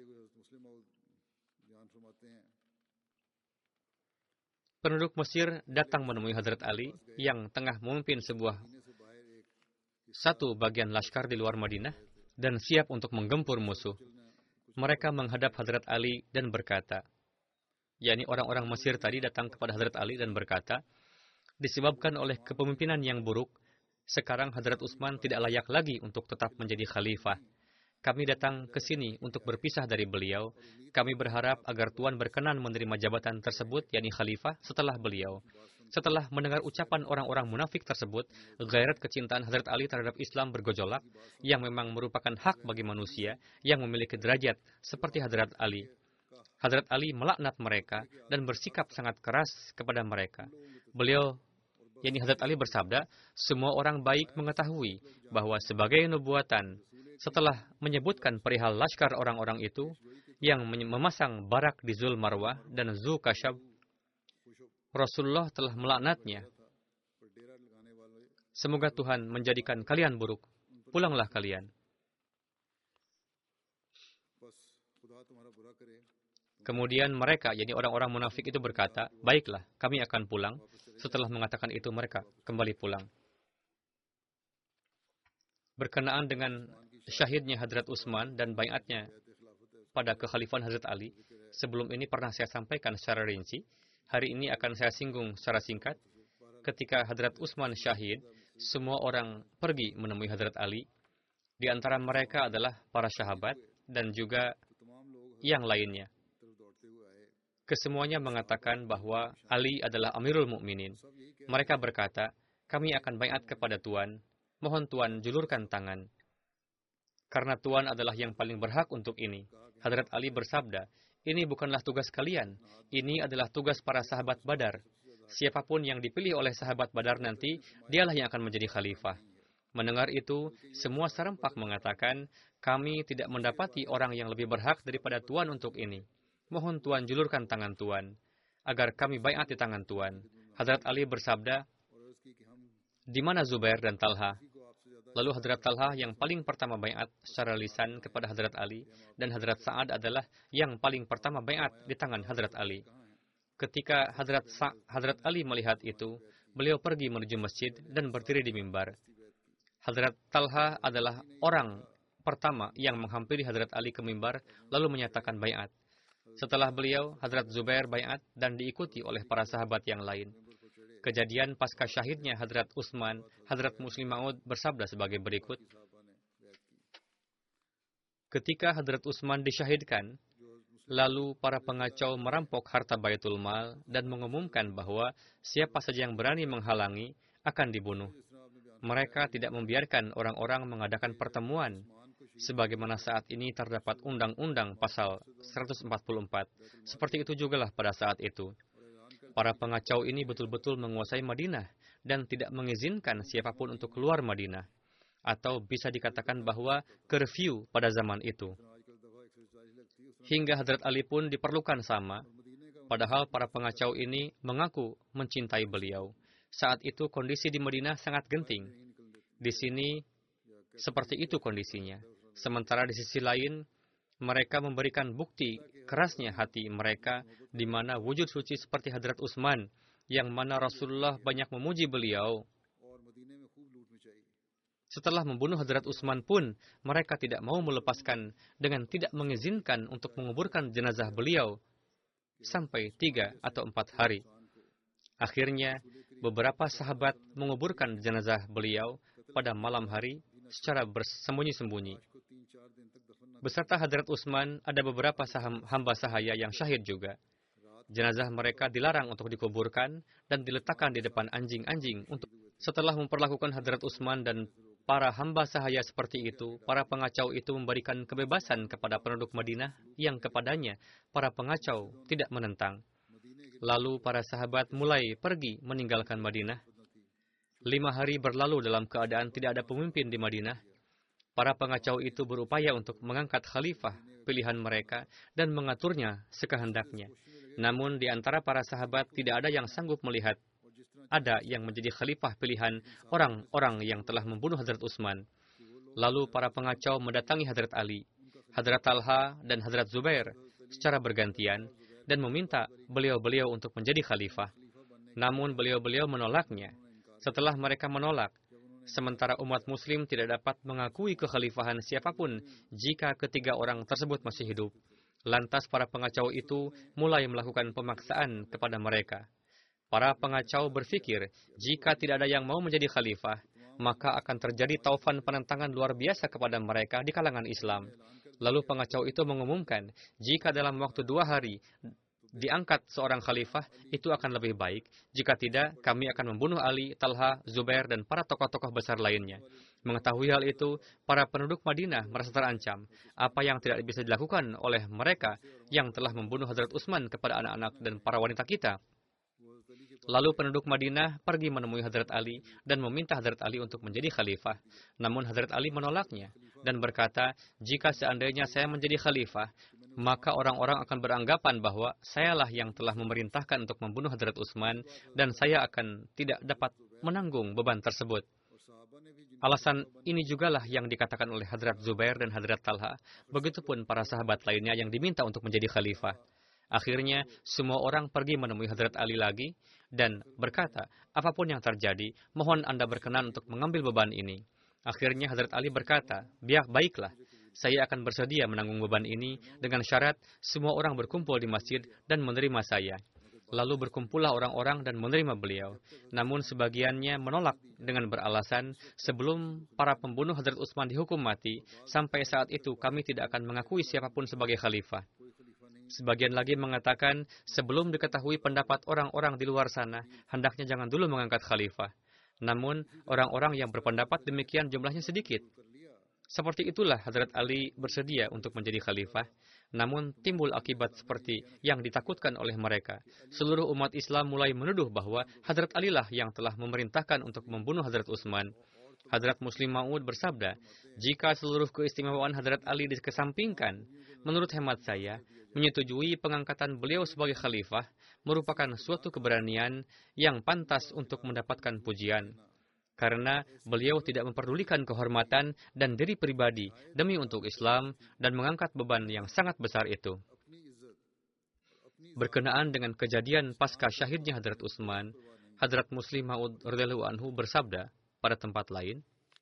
Speaker 2: penduduk Mesir datang menemui Hadrat Ali yang tengah memimpin sebuah satu bagian laskar di luar Madinah dan siap untuk menggempur musuh. Mereka menghadap Hadrat Ali dan berkata, yakni orang-orang Mesir tadi datang kepada Hadrat Ali dan berkata, disebabkan oleh kepemimpinan yang buruk, sekarang Hadrat Utsman tidak layak lagi untuk tetap menjadi khalifah. Kami datang ke sini untuk berpisah dari beliau. Kami berharap agar Tuan berkenan menerima jabatan tersebut, yakni khalifah, setelah beliau. Setelah mendengar ucapan orang-orang munafik tersebut, gairat kecintaan Hadrat Ali terhadap Islam bergejolak, yang memang merupakan hak bagi manusia yang memiliki derajat seperti Hadrat Ali. Hadrat Ali melaknat mereka dan bersikap sangat keras kepada mereka. Beliau, yakni Hadrat Ali bersabda, semua orang baik mengetahui bahwa sebagai nubuatan, setelah menyebutkan perihal laskar orang-orang itu yang memasang barak di Zul Marwah dan Zu Kashab, Rasulullah telah melaknatnya. Semoga Tuhan menjadikan kalian buruk. Pulanglah kalian. Kemudian mereka, yakni orang-orang munafik itu berkata, baiklah, kami akan pulang. Setelah mengatakan itu, mereka kembali pulang. Berkenaan dengan syahidnya Hadrat Utsman dan baiatnya pada kekhalifahan Hadrat Ali, sebelum ini pernah saya sampaikan secara rinci. Hari ini akan saya singgung secara singkat. Ketika Hadrat Utsman syahid, semua orang pergi menemui Hadrat Ali. Di antara mereka adalah para sahabat dan juga yang lainnya. Kesemuanya mengatakan bahwa Ali adalah Amirul Mukminin. Mereka berkata, kami akan baiat kepada Tuan. Mohon Tuan julurkan tangan. Karena Tuan adalah yang paling berhak untuk ini. Hadrat Ali bersabda, ini bukanlah tugas kalian. Ini adalah tugas para sahabat Badar. Siapapun yang dipilih oleh sahabat Badar nanti, dialah yang akan menjadi khalifah. Mendengar itu, semua serempak mengatakan, kami tidak mendapati orang yang lebih berhak daripada Tuan untuk ini. Mohon Tuan julurkan tangan Tuan, agar kami baiat di tangan Tuan. Hadrat Ali bersabda, di mana Zubair dan Talha? Lalu Hadrat Talha yang paling pertama baiat secara lisan kepada Hadrat Ali, dan Hadrat Sa'ad adalah yang paling pertama baiat di tangan Hadrat Ali. Ketika Hadrat, Sa Hadrat Ali melihat itu, beliau pergi menuju masjid dan berdiri di mimbar. Hadrat Talha adalah orang pertama yang menghampiri Hadrat Ali ke mimbar, lalu menyatakan baiat. Setelah beliau, Hadrat Zubair baiat dan diikuti oleh para sahabat yang lain. Kejadian pasca syahidnya Hadrat Utsman, Hadrat Muslim Maud bersabda sebagai berikut. Ketika Hadrat Utsman disyahidkan, lalu para pengacau merampok harta Baitul Mal dan mengumumkan bahwa siapa saja yang berani menghalangi akan dibunuh. Mereka tidak membiarkan orang-orang mengadakan pertemuan. Sebagaimana saat ini terdapat undang-undang pasal seratus empat puluh empat. Seperti itu jugalah pada saat itu. Para pengacau ini betul-betul menguasai Madinah dan tidak mengizinkan siapapun untuk keluar Madinah. Atau bisa dikatakan bahwa curfew pada zaman itu. Hingga Hadrat Ali pun diperlukan sama, padahal para pengacau ini mengaku mencintai beliau. Saat itu kondisi di Madinah sangat genting. Di sini seperti itu kondisinya. Sementara di sisi lain, mereka memberikan bukti kerasnya hati mereka di mana wujud suci seperti Hadrat Utsman, yang mana Rasulullah banyak memuji beliau. Setelah membunuh Hadrat Utsman pun, mereka tidak mau melepaskan dengan tidak mengizinkan untuk menguburkan jenazah beliau sampai tiga atau empat hari. Akhirnya, beberapa sahabat menguburkan jenazah beliau pada malam hari secara bersembunyi-sembunyi. Beserta Hadrat Utsman, ada beberapa saham, hamba sahaya yang syahid juga. Jenazah mereka dilarang untuk dikuburkan dan diletakkan di depan anjing-anjing. Untuk Setelah memperlakukan Hadrat Utsman dan para hamba sahaya seperti itu, para pengacau itu memberikan kebebasan kepada penduduk Madinah yang kepadanya para pengacau tidak menentang. Lalu para sahabat mulai pergi meninggalkan Madinah. Lima hari berlalu dalam keadaan tidak ada pemimpin di Madinah. Para pengacau itu berupaya untuk mengangkat khalifah pilihan mereka dan mengaturnya sekehendaknya. Namun di antara para sahabat tidak ada yang sanggup melihat ada yang menjadi khalifah pilihan orang-orang yang telah membunuh Hadrat Utsman. Lalu para pengacau mendatangi Hadrat Ali, Hadrat Talha, dan Hadrat Zubair secara bergantian dan meminta beliau-beliau untuk menjadi khalifah. Namun beliau-beliau menolaknya. Setelah mereka menolak, sementara umat muslim tidak dapat mengakui kekhalifahan siapapun jika ketiga orang tersebut masih hidup. Lantas para pengacau itu mulai melakukan pemaksaan kepada mereka. Para pengacau berpikir, jika tidak ada yang mau menjadi khalifah, maka akan terjadi taufan penentangan luar biasa kepada mereka di kalangan Islam. Lalu pengacau itu mengumumkan, jika dalam waktu dua hari diangkat seorang khalifah, itu akan lebih baik. Jika tidak, kami akan membunuh Ali, Talha, Zubair, dan para tokoh-tokoh besar lainnya. Mengetahui hal itu, para penduduk Madinah merasa terancam. Apa yang tidak bisa dilakukan oleh mereka yang telah membunuh Hadrat Utsman kepada anak-anak dan para wanita kita. Lalu penduduk Madinah pergi menemui Hadrat Ali dan meminta Hadrat Ali untuk menjadi khalifah. Namun Hadrat Ali menolaknya dan berkata, jika seandainya saya menjadi khalifah, maka orang-orang akan beranggapan bahwa sayalah yang telah memerintahkan untuk membunuh Hadrat Utsman dan saya akan tidak dapat menanggung beban tersebut. Alasan ini jugalah yang dikatakan oleh Hadrat Zubair dan Hadrat Talha. Begitupun para sahabat lainnya yang diminta untuk menjadi khalifah. Akhirnya, semua orang pergi menemui Hadrat Ali lagi dan berkata, apapun yang terjadi, mohon Anda berkenan untuk mengambil beban ini. Akhirnya Hadrat Ali berkata, biar baiklah. Saya akan bersedia menanggung beban ini dengan syarat semua orang berkumpul di masjid dan menerima saya. Lalu berkumpullah orang-orang dan menerima beliau. Namun sebagiannya menolak dengan beralasan, sebelum para pembunuh Hadrat Utsman dihukum mati, sampai saat itu kami tidak akan mengakui siapapun sebagai khalifah. Sebagian lagi mengatakan, sebelum diketahui pendapat orang-orang di luar sana, hendaknya jangan dulu mengangkat khalifah. Namun, orang-orang yang berpendapat demikian jumlahnya sedikit. Seperti itulah Hadrat Ali bersedia untuk menjadi khalifah. Namun timbul akibat seperti yang ditakutkan oleh mereka. Seluruh umat Islam mulai menuduh bahwa Hadrat Ali lah yang telah memerintahkan untuk membunuh Hadrat Utsman. Hadrat Muslim Maud bersabda, jika seluruh keistimewaan Hadrat Ali dikesampingkan, menurut hemat saya, menyetujui pengangkatan beliau sebagai khalifah merupakan suatu keberanian yang pantas untuk mendapatkan pujian. Karena beliau tidak memperdulikan kehormatan dan diri pribadi demi untuk Islam dan mengangkat beban yang sangat besar itu. Berkenaan dengan kejadian pasca syahidnya Hadrat Utsman, Hadrat Muslim Maud radhiyallahu anhu bersabda pada tempat lain,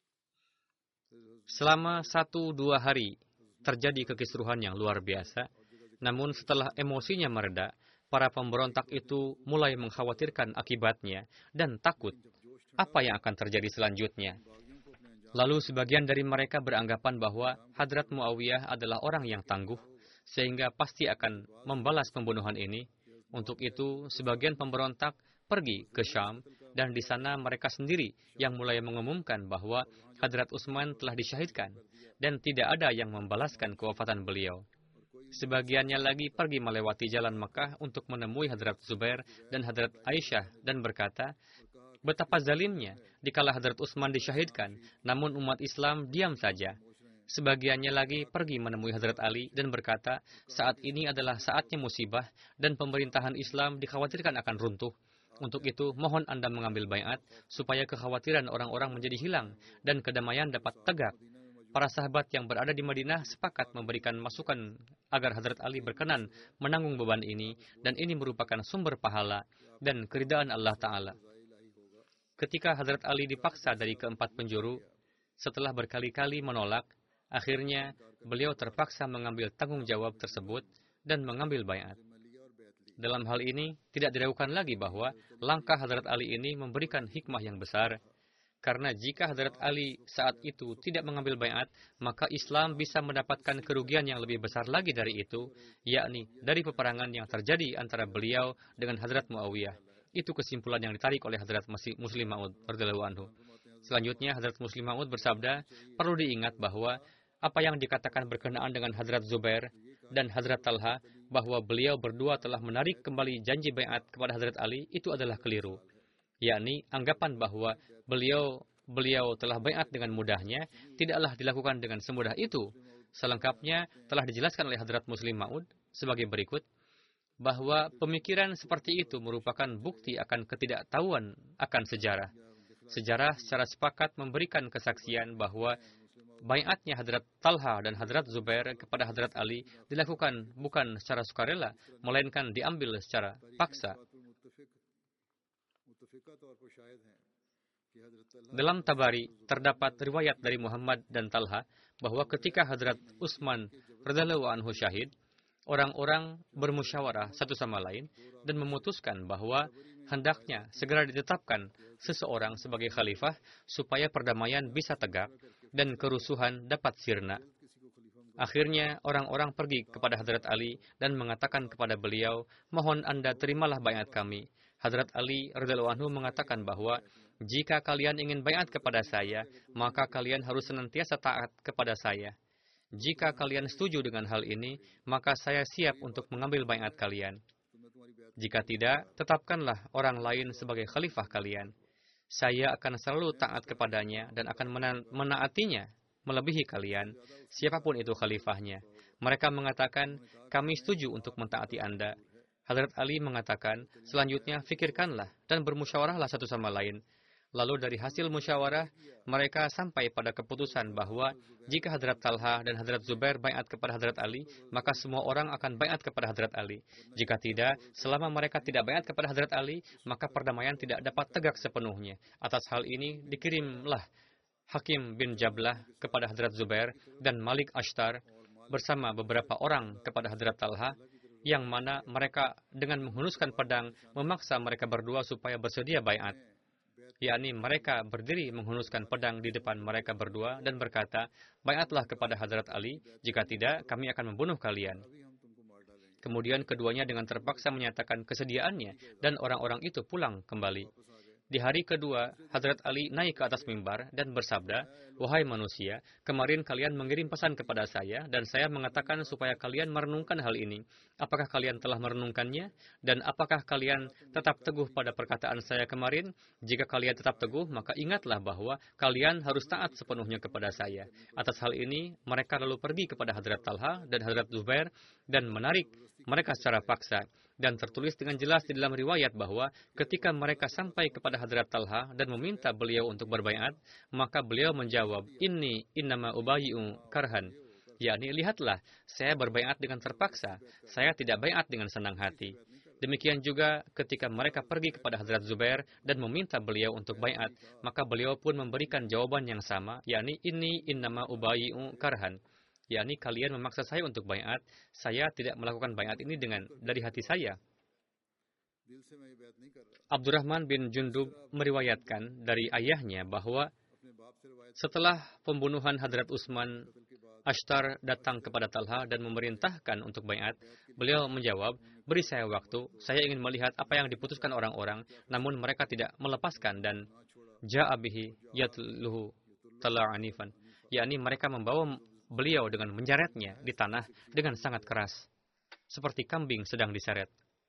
Speaker 2: selama satu dua hari terjadi kekisruhan yang luar biasa, namun setelah emosinya mereda, para pemberontak itu mulai mengkhawatirkan akibatnya dan takut apa yang akan terjadi selanjutnya. Lalu sebagian dari mereka beranggapan bahwa Hadrat Muawiyah adalah orang yang tangguh, sehingga pasti akan membalas pembunuhan ini. Untuk itu, sebagian pemberontak pergi ke Syam, dan di sana mereka sendiri yang mulai mengumumkan bahwa Hadrat Utsman telah disyahidkan, dan tidak ada yang membalaskan kewafatan beliau. Sebagiannya lagi pergi melewati jalan Mekah untuk menemui Hadrat Zubair dan Hadrat Aisyah dan berkata, betapa zalimnya dikala Hadrat Utsman disyahidkan, namun umat Islam diam saja. Sebagiannya lagi pergi menemui Hadrat Ali dan berkata, saat ini adalah saatnya musibah dan pemerintahan Islam dikhawatirkan akan runtuh. Untuk itu, mohon Anda mengambil baiat supaya kekhawatiran orang-orang menjadi hilang dan kedamaian dapat tegak. Para sahabat yang berada di Madinah sepakat memberikan masukan agar Hadrat Ali berkenan menanggung beban ini, dan ini merupakan sumber pahala dan keridaan Allah Ta'ala. Ketika Hadrat Ali dipaksa dari keempat penjuru, setelah berkali-kali menolak, akhirnya beliau terpaksa mengambil tanggung jawab tersebut dan mengambil baiat. Dalam hal ini, tidak diragukan lagi bahwa langkah Hadrat Ali ini memberikan hikmah yang besar. Karena jika Hadrat Ali saat itu tidak mengambil baiat, maka Islam bisa mendapatkan kerugian yang lebih besar lagi dari itu, yakni dari peperangan yang terjadi antara beliau dengan Hadrat Muawiyah. Itu kesimpulan yang ditarik oleh Hadrat Muslim Maud radhiyallahu anhu. Selanjutnya, Hadrat Muslim Maud bersabda, perlu diingat bahwa apa yang dikatakan berkenaan dengan Hadrat Zubair dan Hadrat Talha, bahwa beliau berdua telah menarik kembali janji baiat kepada Hadrat Ali, itu adalah keliru. Yakni, anggapan bahwa beliau beliau telah baiat dengan mudahnya, tidaklah dilakukan dengan semudah itu. Selengkapnya telah dijelaskan oleh Hadrat Muslim Maud sebagai berikut, bahwa pemikiran seperti itu merupakan bukti akan ketidaktahuan akan sejarah. Sejarah secara sepakat memberikan kesaksian bahwa baiatnya Hadrat Talha dan Hadrat Zubair kepada Hadrat Ali dilakukan bukan secara sukarela, melainkan diambil secara paksa. Dalam Tabari terdapat riwayat dari Muhammad dan Talha bahwa ketika Hadrat Utsman radhiyallahu anhu syahid, orang-orang bermusyawarah satu sama lain dan memutuskan bahwa hendaknya segera ditetapkan seseorang sebagai khalifah supaya perdamaian bisa tegak dan kerusuhan dapat sirna. Akhirnya orang-orang pergi kepada Hadrat Ali dan mengatakan kepada beliau, mohon Anda terimalah baiat kami. Hadrat Ali radhiyallahu anhu mengatakan bahwa jika kalian ingin baiat kepada saya, maka kalian harus senantiasa taat kepada saya. Jika kalian setuju dengan hal ini, maka saya siap untuk mengambil baiat kalian. Jika tidak, tetapkanlah orang lain sebagai khalifah kalian. Saya akan selalu taat kepadanya dan akan mena- menaatinya melebihi kalian, siapapun itu khalifahnya. Mereka mengatakan, kami setuju untuk mentaati Anda. Hadrat Ali mengatakan, selanjutnya fikirkanlah dan bermusyawarahlah satu sama lain. Lalu dari hasil musyawarah, mereka sampai pada keputusan bahwa jika Hadrat Talha dan Hadrat Zubair baiat kepada Hadrat Ali, maka semua orang akan baiat kepada Hadrat Ali. Jika tidak, selama mereka tidak baiat kepada Hadrat Ali, maka perdamaian tidak dapat tegak sepenuhnya. Atas hal ini, dikirimlah Hakim bin Jablah kepada Hadrat Zubair dan Malik Ashtar bersama beberapa orang kepada Hadrat Talha yang mana mereka dengan menghunuskan pedang memaksa mereka berdua supaya bersedia baiat. Yakni mereka berdiri menghunuskan pedang di depan mereka berdua dan berkata, baiatlah kepada Hadrat Ali, jika tidak kami akan membunuh kalian. Kemudian keduanya dengan terpaksa menyatakan kesediaannya dan orang-orang itu pulang kembali. Di hari kedua, Hadrat Ali naik ke atas mimbar dan bersabda, wahai manusia, kemarin kalian mengirim pesan kepada saya dan saya mengatakan supaya kalian merenungkan hal ini. Apakah kalian telah merenungkannya? Dan apakah kalian tetap teguh pada perkataan saya kemarin? Jika kalian tetap teguh, maka ingatlah bahwa kalian harus taat sepenuhnya kepada saya. Atas hal ini, mereka lalu pergi kepada Hadrat Talha dan Hadrat Zubair dan menarik mereka secara paksa. Dan tertulis dengan jelas di dalam riwayat bahwa ketika mereka sampai kepada Hadrat Talha dan meminta beliau untuk berbaiat, maka beliau menjawab, Inni innama ubayyi'u karhan. Yakni, lihatlah, saya berbaiat dengan terpaksa, saya tidak baiat dengan senang hati. Demikian juga ketika mereka pergi kepada Hadrat Zubair dan meminta beliau untuk baiat, maka beliau pun memberikan jawaban yang sama, yakni, Inni innama ubayyi'u karhan. yakni kalian memaksa saya untuk baiat, saya tidak melakukan baiat ini dengan dari hati saya. Abdurrahman bin Jundub meriwayatkan dari ayahnya bahwa setelah pembunuhan Hadrat Utsman, Ashtar datang kepada Talha dan memerintahkan untuk baiat. Beliau menjawab, beri saya waktu, saya ingin melihat apa yang diputuskan orang-orang, namun mereka tidak melepaskan dan ja'a bihi yatluhu tala'anifan, yakni mereka membawa beliau dengan menjeretnya di tanah dengan sangat keras, seperti kambing sedang diseret.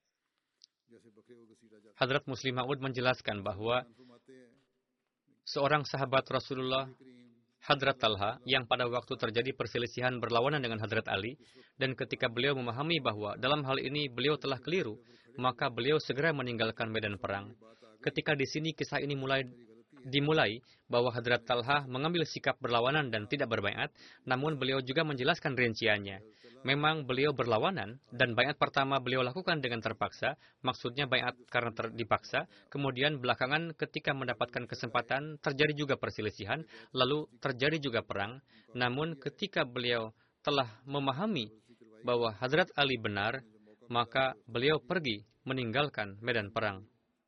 Speaker 2: Hadrat Muslim Maud menjelaskan bahwa seorang sahabat Rasulullah, Hadrat Talha, yang pada waktu terjadi perselisihan berlawanan dengan Hadrat Ali, dan ketika beliau memahami bahwa dalam hal ini beliau telah keliru, maka beliau segera meninggalkan medan perang. Ketika di sini kisah ini mulai dimulai bahwa Hadrat Talha mengambil sikap berlawanan dan tidak berbaiat, namun beliau juga menjelaskan rinciannya. Memang beliau berlawanan dan baiat pertama beliau lakukan dengan terpaksa, maksudnya baiat karena ter- dipaksa. Kemudian belakangan ketika mendapatkan kesempatan terjadi juga perselisihan, lalu terjadi juga perang. Namun ketika beliau telah memahami bahwa Hadrat Ali benar, maka beliau pergi meninggalkan medan perang.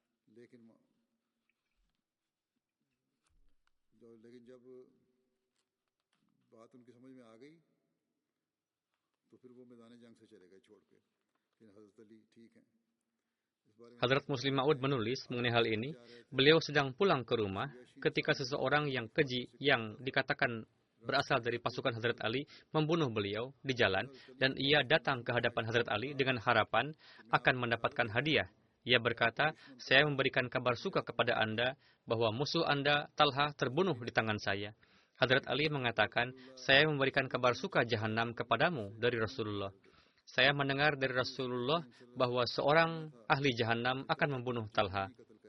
Speaker 2: Hadrat Muslim Maud menulis mengenai hal ini, beliau sedang pulang ke rumah ketika seseorang yang keji yang dikatakan berasal dari pasukan Hadrat Ali membunuh beliau di jalan, dan ia datang ke hadapan Hadrat Ali dengan harapan akan mendapatkan hadiah. Ia berkata, saya memberikan kabar suka kepada Anda bahwa musuh Anda, Talha, terbunuh di tangan saya. Hadrat Ali mengatakan, saya memberikan kabar suka Jahannam kepadamu dari Rasulullah. Saya mendengar dari Rasulullah bahwa seorang ahli Jahannam akan membunuh Talha.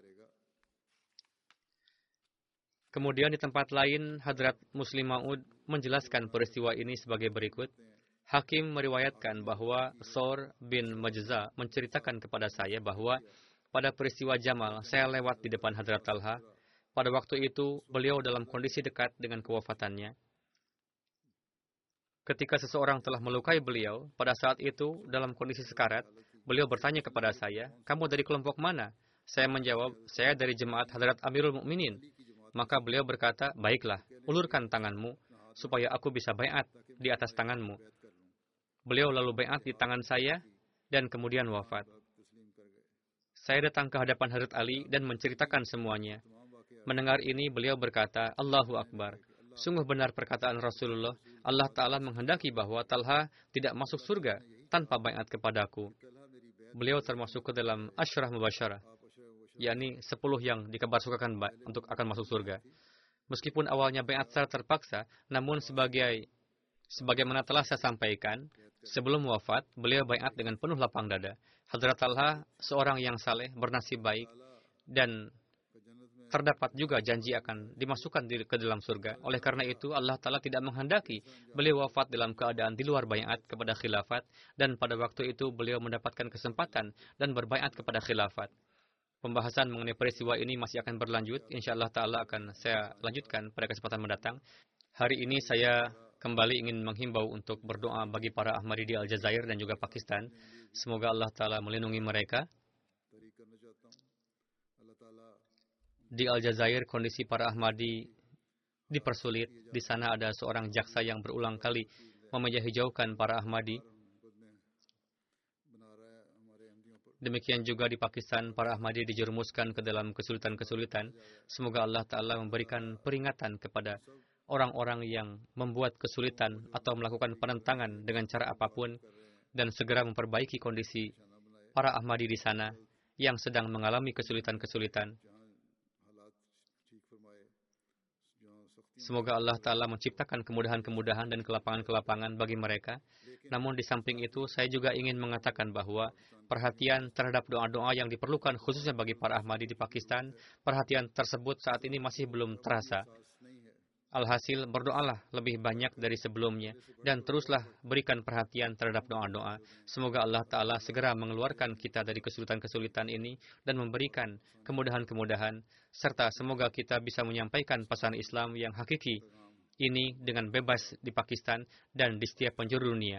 Speaker 2: Kemudian di tempat lain, Hadrat Muslim Maud menjelaskan peristiwa ini sebagai berikut. Hakim meriwayatkan bahwa Sor bin Majza menceritakan kepada saya bahwa pada peristiwa Jamal, saya lewat di depan Hadrat Talha. Pada waktu itu, beliau dalam kondisi dekat dengan kewafatannya. Ketika seseorang telah melukai beliau, pada saat itu, dalam kondisi sekarat, beliau bertanya kepada saya, kamu dari kelompok mana? Saya menjawab, saya dari jemaat Hadrat Amirul Mukminin. Maka beliau berkata, baiklah, ulurkan tanganmu, supaya aku bisa baiat di atas tanganmu. Beliau lalu baiat di tangan saya, dan kemudian wafat. Saya datang ke hadapan Hadrat Ali dan menceritakan semuanya. Mendengar ini, beliau berkata, Allahu Akbar. Sungguh benar perkataan Rasulullah, Allah Ta'ala menghendaki bahwa Talha tidak masuk surga tanpa baiat kepadaku. Beliau termasuk ke dalam Asyrah Mubasyarah, yakni sepuluh yang dikabarsukakan untuk akan masuk surga. Meskipun awalnya baiat secara terpaksa, namun sebagai sebagaimana telah saya sampaikan, sebelum wafat, beliau baiat dengan penuh lapang dada. Hadrat Talha seorang yang saleh, bernasib baik, dan terdapat juga janji akan dimasukkan ke dalam surga. Oleh karena itu, Allah Ta'ala tidak menghendaki beliau wafat dalam keadaan di luar baiat kepada khilafat, dan pada waktu itu beliau mendapatkan kesempatan dan berbaiat kepada khilafat. Pembahasan mengenai peristiwa ini masih akan berlanjut. Insya Allah Ta'ala akan saya lanjutkan pada kesempatan mendatang. Hari ini saya kembali ingin menghimbau untuk berdoa bagi para Ahmadi di Aljazair dan juga Pakistan. Semoga Allah Ta'ala melindungi mereka. Di Aljazair, kondisi para Ahmadi dipersulit. Di sana ada seorang jaksa yang berulang kali memejahijaukan para Ahmadi. Demikian juga di Pakistan, para Ahmadi dijerumuskan ke dalam kesulitan-kesulitan. Semoga Allah Ta'ala memberikan peringatan kepada orang-orang yang membuat kesulitan atau melakukan penentangan dengan cara apapun, dan segera memperbaiki kondisi para Ahmadi di sana yang sedang mengalami kesulitan-kesulitan. Semoga Allah Ta'ala menciptakan kemudahan-kemudahan dan kelapangan-kelapangan bagi mereka. Namun di samping itu, saya juga ingin mengatakan bahwa perhatian terhadap doa-doa yang diperlukan khususnya bagi para Ahmadi di Pakistan, perhatian tersebut saat ini masih belum terasa. Alhasil, berdoalah lebih banyak dari sebelumnya dan teruslah berikan perhatian terhadap doa-doa. Semoga Allah Ta'ala segera mengeluarkan kita dari kesulitan-kesulitan ini dan memberikan kemudahan-kemudahan, serta semoga kita bisa menyampaikan pesan Islam yang hakiki ini dengan bebas di Pakistan dan di setiap penjuru dunia.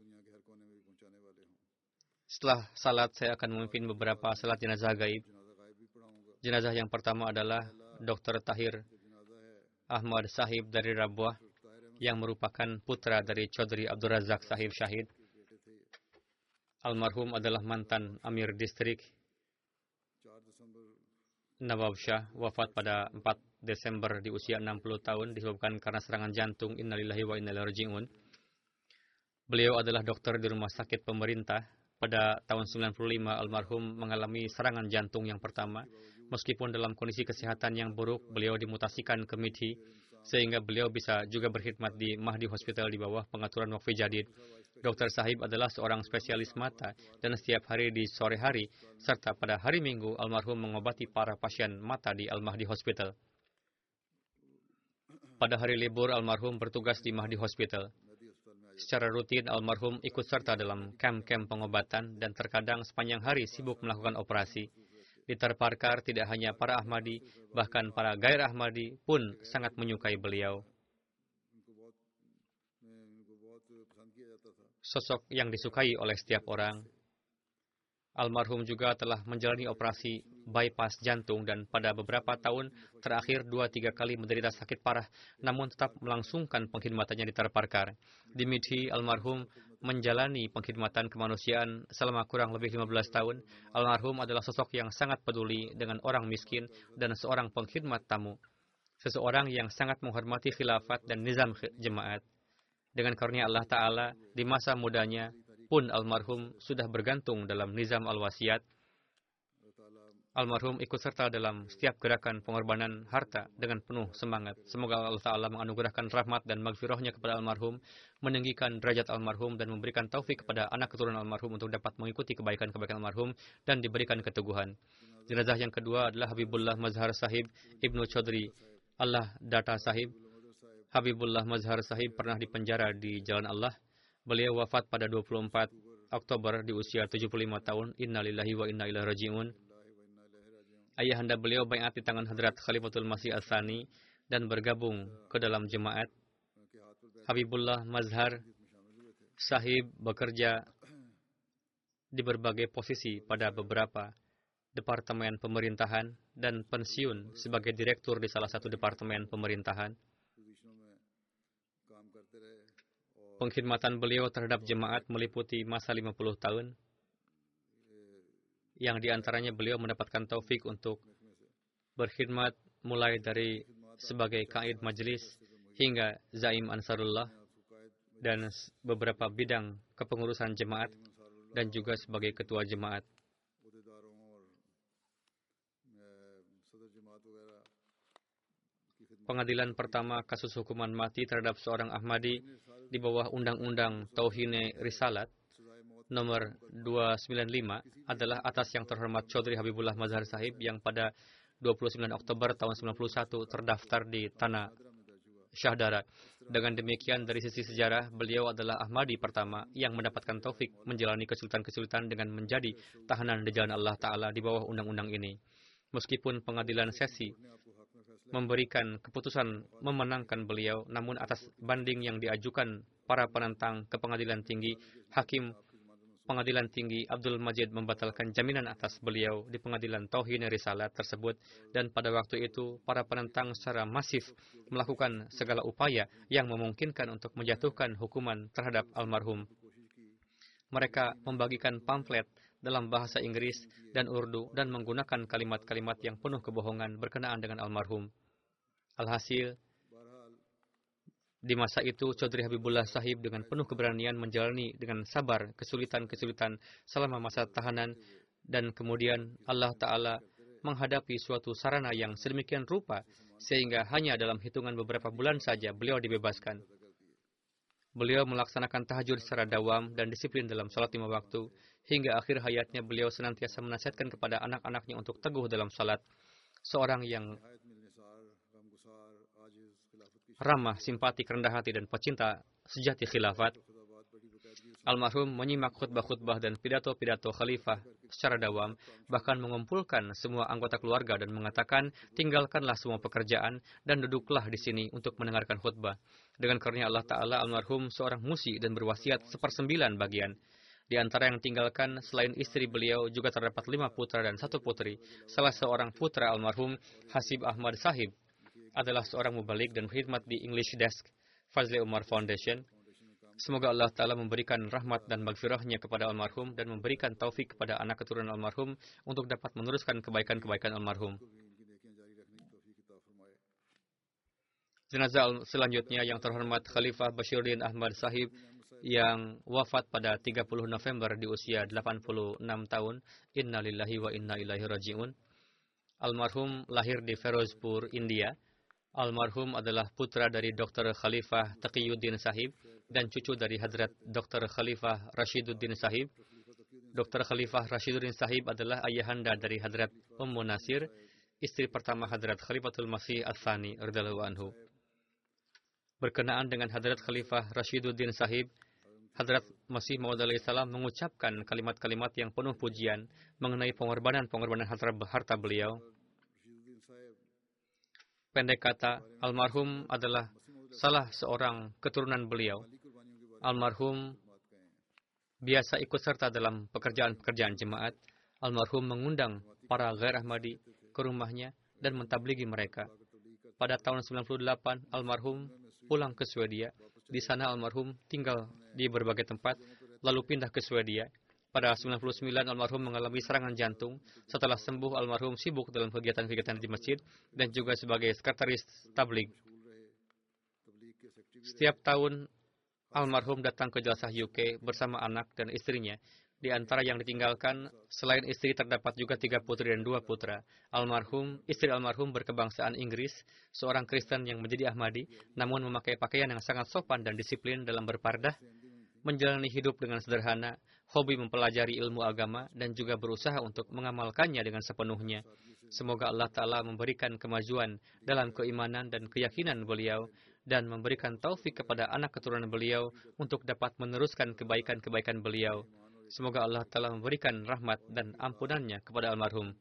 Speaker 2: Setelah salat, saya akan memimpin beberapa salat jenazah gaib. Jenazah yang pertama adalah Doktor Tahir Ahmad Sahib dari Rabwah, yang merupakan putra dari Chaudhry Abdul Razak Sahib Syahid. Almarhum adalah mantan Amir Distrik Nawab Shah, wafat pada empat Desember di usia enam puluh tahun disebabkan karena serangan jantung. Innalillahi wa inna ilaihi raji'un. Beliau adalah dokter di rumah sakit pemerintah. Pada tahun sembilan puluh lima, almarhum mengalami serangan jantung yang pertama. Meskipun dalam kondisi kesehatan yang buruk, beliau dimutasikan ke Mithi, sehingga beliau bisa juga berkhidmat di Mahdi Hospital di bawah pengaturan Waqfi Jadid. Dokter Sahib adalah seorang spesialis mata, dan setiap hari di sore hari, serta pada hari Minggu, almarhum mengobati para pasien mata di Al-Mahdi Hospital. Pada hari libur, almarhum bertugas di Mahdi Hospital. Secara rutin, almarhum ikut serta dalam kamp-kamp pengobatan dan terkadang sepanjang hari sibuk melakukan operasi. Di Terparkar, tidak hanya para Ahmadi, bahkan para Gair Ahmadi pun sangat menyukai beliau. Sosok yang disukai oleh setiap orang. Almarhum juga telah menjalani operasi bypass jantung dan pada beberapa tahun terakhir dua tiga kali menderita sakit parah, namun tetap melangsungkan pengkhidmatannya di Terparkar. Di Mithi, almarhum menjalani pengkhidmatan kemanusiaan selama kurang lebih lima belas tahun. Almarhum adalah sosok yang sangat peduli dengan orang miskin dan seorang pengkhidmat tamu. Seseorang yang sangat menghormati khilafat dan nizam jemaat. Dengan karunia Allah Ta'ala, di masa mudanya pun almarhum sudah bergantung dalam nizam al-wasiat. Almarhum ikut serta dalam setiap gerakan pengorbanan harta dengan penuh semangat. Semoga Allah Ta'ala menganugerahkan rahmat dan maghfirahnya kepada almarhum, meninggikan derajat almarhum, dan memberikan taufik kepada anak keturunan almarhum untuk dapat mengikuti kebaikan-kebaikan almarhum dan diberikan keteguhan. Jenazah yang kedua adalah Habibullah Mazhar Sahib Ibnu Chaudhry Allah Data Sahib. Habibullah Mazhar Sahib pernah dipenjara di Jalan Allah. Beliau wafat pada dua puluh empat Oktober di usia tujuh puluh lima tahun. Innalillahi wa inna ilaihi raji'un. Ayahanda beliau baiat di tangan Hadrat Khalifatul Masih Al-Thani dan bergabung ke dalam jemaat. Habibullah Mazhar Sahib bekerja di berbagai posisi pada beberapa departemen pemerintahan dan pensiun sebagai direktur di salah satu departemen pemerintahan. Pengkhidmatan beliau terhadap jemaat meliputi masa lima puluh tahun, yang diantaranya beliau mendapatkan taufik untuk berkhidmat mulai dari sebagai kaid majelis hingga zaim ansarullah dan beberapa bidang kepengurusan jemaat dan juga sebagai ketua jemaat. Pengadilan pertama kasus hukuman mati terhadap seorang Ahmadi di bawah Undang-Undang Tauhine Risalat nomor dua ratus sembilan puluh lima adalah atas yang terhormat Chaudhry Habibullah Mazhar Sahib yang pada dua puluh sembilan Oktober tahun sembilan puluh satu terdaftar di Tanah Syahdara. Dengan demikian, dari sisi sejarah, beliau adalah Ahmadi pertama yang mendapatkan taufik menjalani kesulitan-kesulitan dengan menjadi tahanan di jalan Allah Ta'ala di bawah undang-undang ini. Meskipun pengadilan sesi memberikan keputusan memenangkan beliau, namun atas banding yang diajukan para penentang ke pengadilan tinggi, hakim pengadilan tinggi Abdul Majid membatalkan jaminan atas beliau di pengadilan Tauhin Risalah tersebut, dan pada waktu itu para penentang secara masif melakukan segala upaya yang memungkinkan untuk menjatuhkan hukuman terhadap almarhum. Mereka membagikan pamflet dalam bahasa Inggris dan Urdu dan menggunakan kalimat-kalimat yang penuh kebohongan berkenaan dengan almarhum. Alhasil, di masa itu, Chaudhry Habibullah Sahib dengan penuh keberanian menjalani dengan sabar kesulitan-kesulitan selama masa tahanan, dan kemudian Allah Ta'ala menghadapi suatu sarana yang sedemikian rupa sehingga hanya dalam hitungan beberapa bulan saja beliau dibebaskan. Beliau melaksanakan tahajud secara dawam dan disiplin dalam salat lima waktu. Hingga akhir hayatnya beliau senantiasa menasihatkan kepada anak-anaknya untuk teguh dalam salat. Seorang yang ramah, simpatik, rendah hati, dan pecinta sejati khilafat. Almarhum menyimak khutbah-khutbah dan pidato-pidato khalifah secara dawam, bahkan mengumpulkan semua anggota keluarga dan mengatakan, tinggalkanlah semua pekerjaan dan duduklah di sini untuk mendengarkan khutbah. Dengan karunia Allah Ta'ala, almarhum seorang musi dan berwasiat sepersembilan bagian. Di antara yang tinggalkan, selain istri beliau, juga terdapat lima putra dan satu putri. Salah seorang putra almarhum, Hasib Ahmad Sahib, adalah seorang mubalik dan berkhidmat di English Desk Fazli Umar Foundation. Semoga Allah Ta'ala memberikan rahmat dan maghfirahnya kepada almarhum dan memberikan taufik kepada anak keturunan almarhum untuk dapat meneruskan kebaikan-kebaikan almarhum. Jenazah selanjutnya yang terhormat Khalifah Bashiruddin Ahmad Sahib yang wafat pada tiga puluh November di usia delapan puluh enam tahun. Inna lillahi wa inna ilaihi raji'un. Almarhum lahir di Ferozpur, India. Almarhum adalah putra dari Doktor Khalifah Taqiyuddin Sahib dan cucu dari Hadrat Doktor Khalifah Rashiduddin Sahib. Doktor Khalifah Rashiduddin Sahib adalah ayahanda dari Hadrat Ummu Nasir, istri pertama Hadrat Khalifatul Masih Ats-Tsani radhiyallahu anhu. Berkenaan dengan Hadrat Khalifah Rashiduddin Sahib, Hadrat Masih Maud alaihi salam mengucapkan kalimat-kalimat yang penuh pujian mengenai pengorbanan-pengorbanan harta beliau. Pendek kata, almarhum adalah salah seorang keturunan beliau. Almarhum biasa ikut serta dalam pekerjaan-pekerjaan jemaat. Almarhum mengundang para ghair Ahmadi ke rumahnya dan mentabligi mereka. Pada tahun sembilan puluh delapan, almarhum pulang ke Swedia. Di sana almarhum tinggal di berbagai tempat, lalu pindah ke Swedia. Pada sembilan puluh sembilan, almarhum mengalami serangan jantung. Setelah sembuh, almarhum sibuk dalam kegiatan-kegiatan di masjid dan juga sebagai sekretaris tabligh. Setiap tahun, almarhum datang ke Jalsah U K bersama anak dan istrinya. Di antara yang ditinggalkan, selain istri terdapat juga tiga putri dan dua putra. Almarhum, istri almarhum berkebangsaan Inggris, seorang Kristen yang menjadi Ahmadi, namun memakai pakaian yang sangat sopan dan disiplin dalam berpardah, menjalani hidup dengan sederhana, hobi mempelajari ilmu agama, dan juga berusaha untuk mengamalkannya dengan sepenuhnya. Semoga Allah Ta'ala memberikan kemajuan dalam keimanan dan keyakinan beliau, dan memberikan taufik kepada anak keturunan beliau untuk dapat meneruskan kebaikan-kebaikan beliau. Semoga Allah Ta'ala memberikan rahmat dan ampunannya kepada almarhum.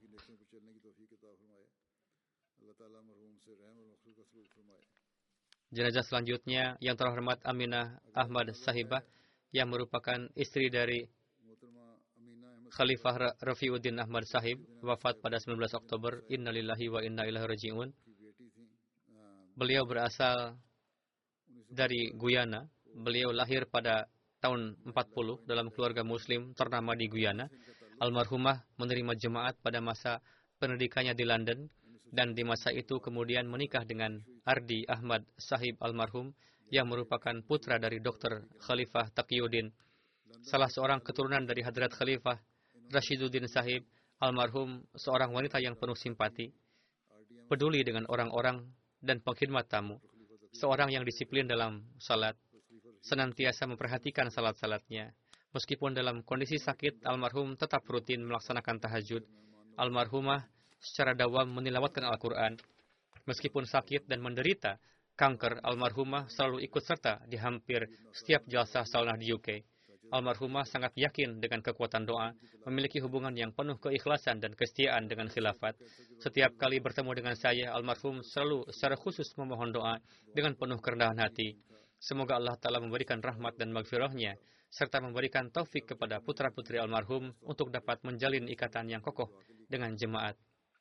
Speaker 2: Jenazah selanjutnya yang terhormat Aminah Ahmad Sahibah yang merupakan istri dari Khalifah Rafiuddin Ahmad Sahib, wafat pada sembilan belas Oktober. Innalillahi wa inna ilaihi raji'un. Beliau berasal dari Guyana. Beliau lahir pada tahun empat puluh dalam keluarga muslim ternama di Guyana. Almarhumah menerima jemaat pada masa pendidikannya di London, dan di masa itu kemudian menikah dengan Ardi Ahmad Sahib almarhum yang merupakan putra dari Doktor Khalifah Taqiyuddin. Salah seorang keturunan dari Hadrat Khalifah Rashiduddin Sahib almarhum, seorang wanita yang penuh simpati, peduli dengan orang-orang dan pengkhidmat tamu, seorang yang disiplin dalam salat, senantiasa memperhatikan salat-salatnya. Meskipun dalam kondisi sakit, almarhum tetap rutin melaksanakan tahajud. Almarhumah secara dawam menilawatkan Al-Quran. Meskipun sakit dan menderita kanker, almarhumah selalu ikut serta di hampir setiap jalsah saunah di U K. Almarhumah sangat yakin dengan kekuatan doa, memiliki hubungan yang penuh keikhlasan dan kesetiaan dengan khilafat. Setiap kali bertemu dengan saya, almarhum selalu secara khusus memohon doa dengan penuh kerendahan hati. Semoga Allah Ta'ala memberikan rahmat dan maghfirahnya, serta memberikan taufik kepada putra-putri almarhum untuk dapat menjalin ikatan yang kokoh dengan jemaat.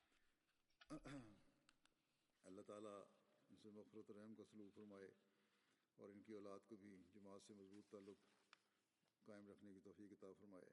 Speaker 1: Allah Ta'ala उनसे मग़फ़िरत और रहम का सलूक फरमाए और इनकी औलाद को भी जमात से मजबूत ताल्लुक़ कायम रखने की तौफ़ीक़ अता फरमाए.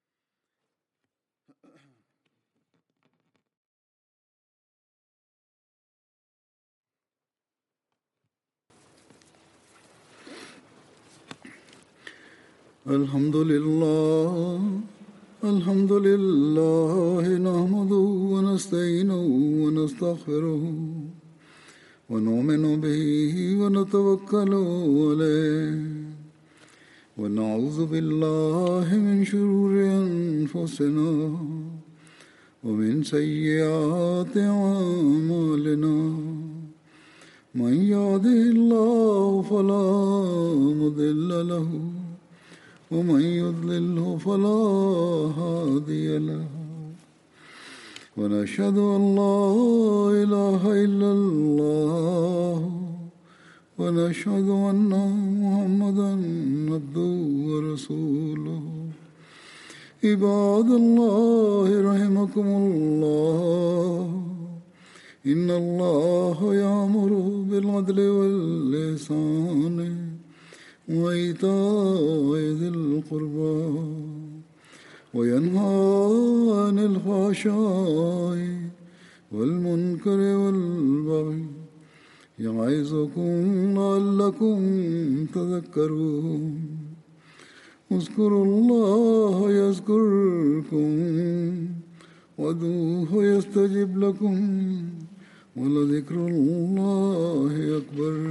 Speaker 1: Alhamdulillah, alhamdulillah, nahmaduhu wa nasta'inuhu wa nastaghfiruhu wa nu'minu bihi wa natawakkalu alayhi wa na'udhu billahi min shururi anfusina wa min sayyiati a'malina. Man yahdihillahu fala mudilla lahu ومن يضلله فلا هادي له ونشهد أن لا إله إلا الله ونشهد أن محمدا عبده ورسوله. عباد الله رحمكم الله إن الله يأمر بالعدل والإحسان وإيتاء ذي القربى وينهى عن الفحشاء والمنكر والبغي يعظكم لعلكم تذكرون. اذكروا الله يذكركم وادعوه يستجب لكم ولذكر الله أكبر.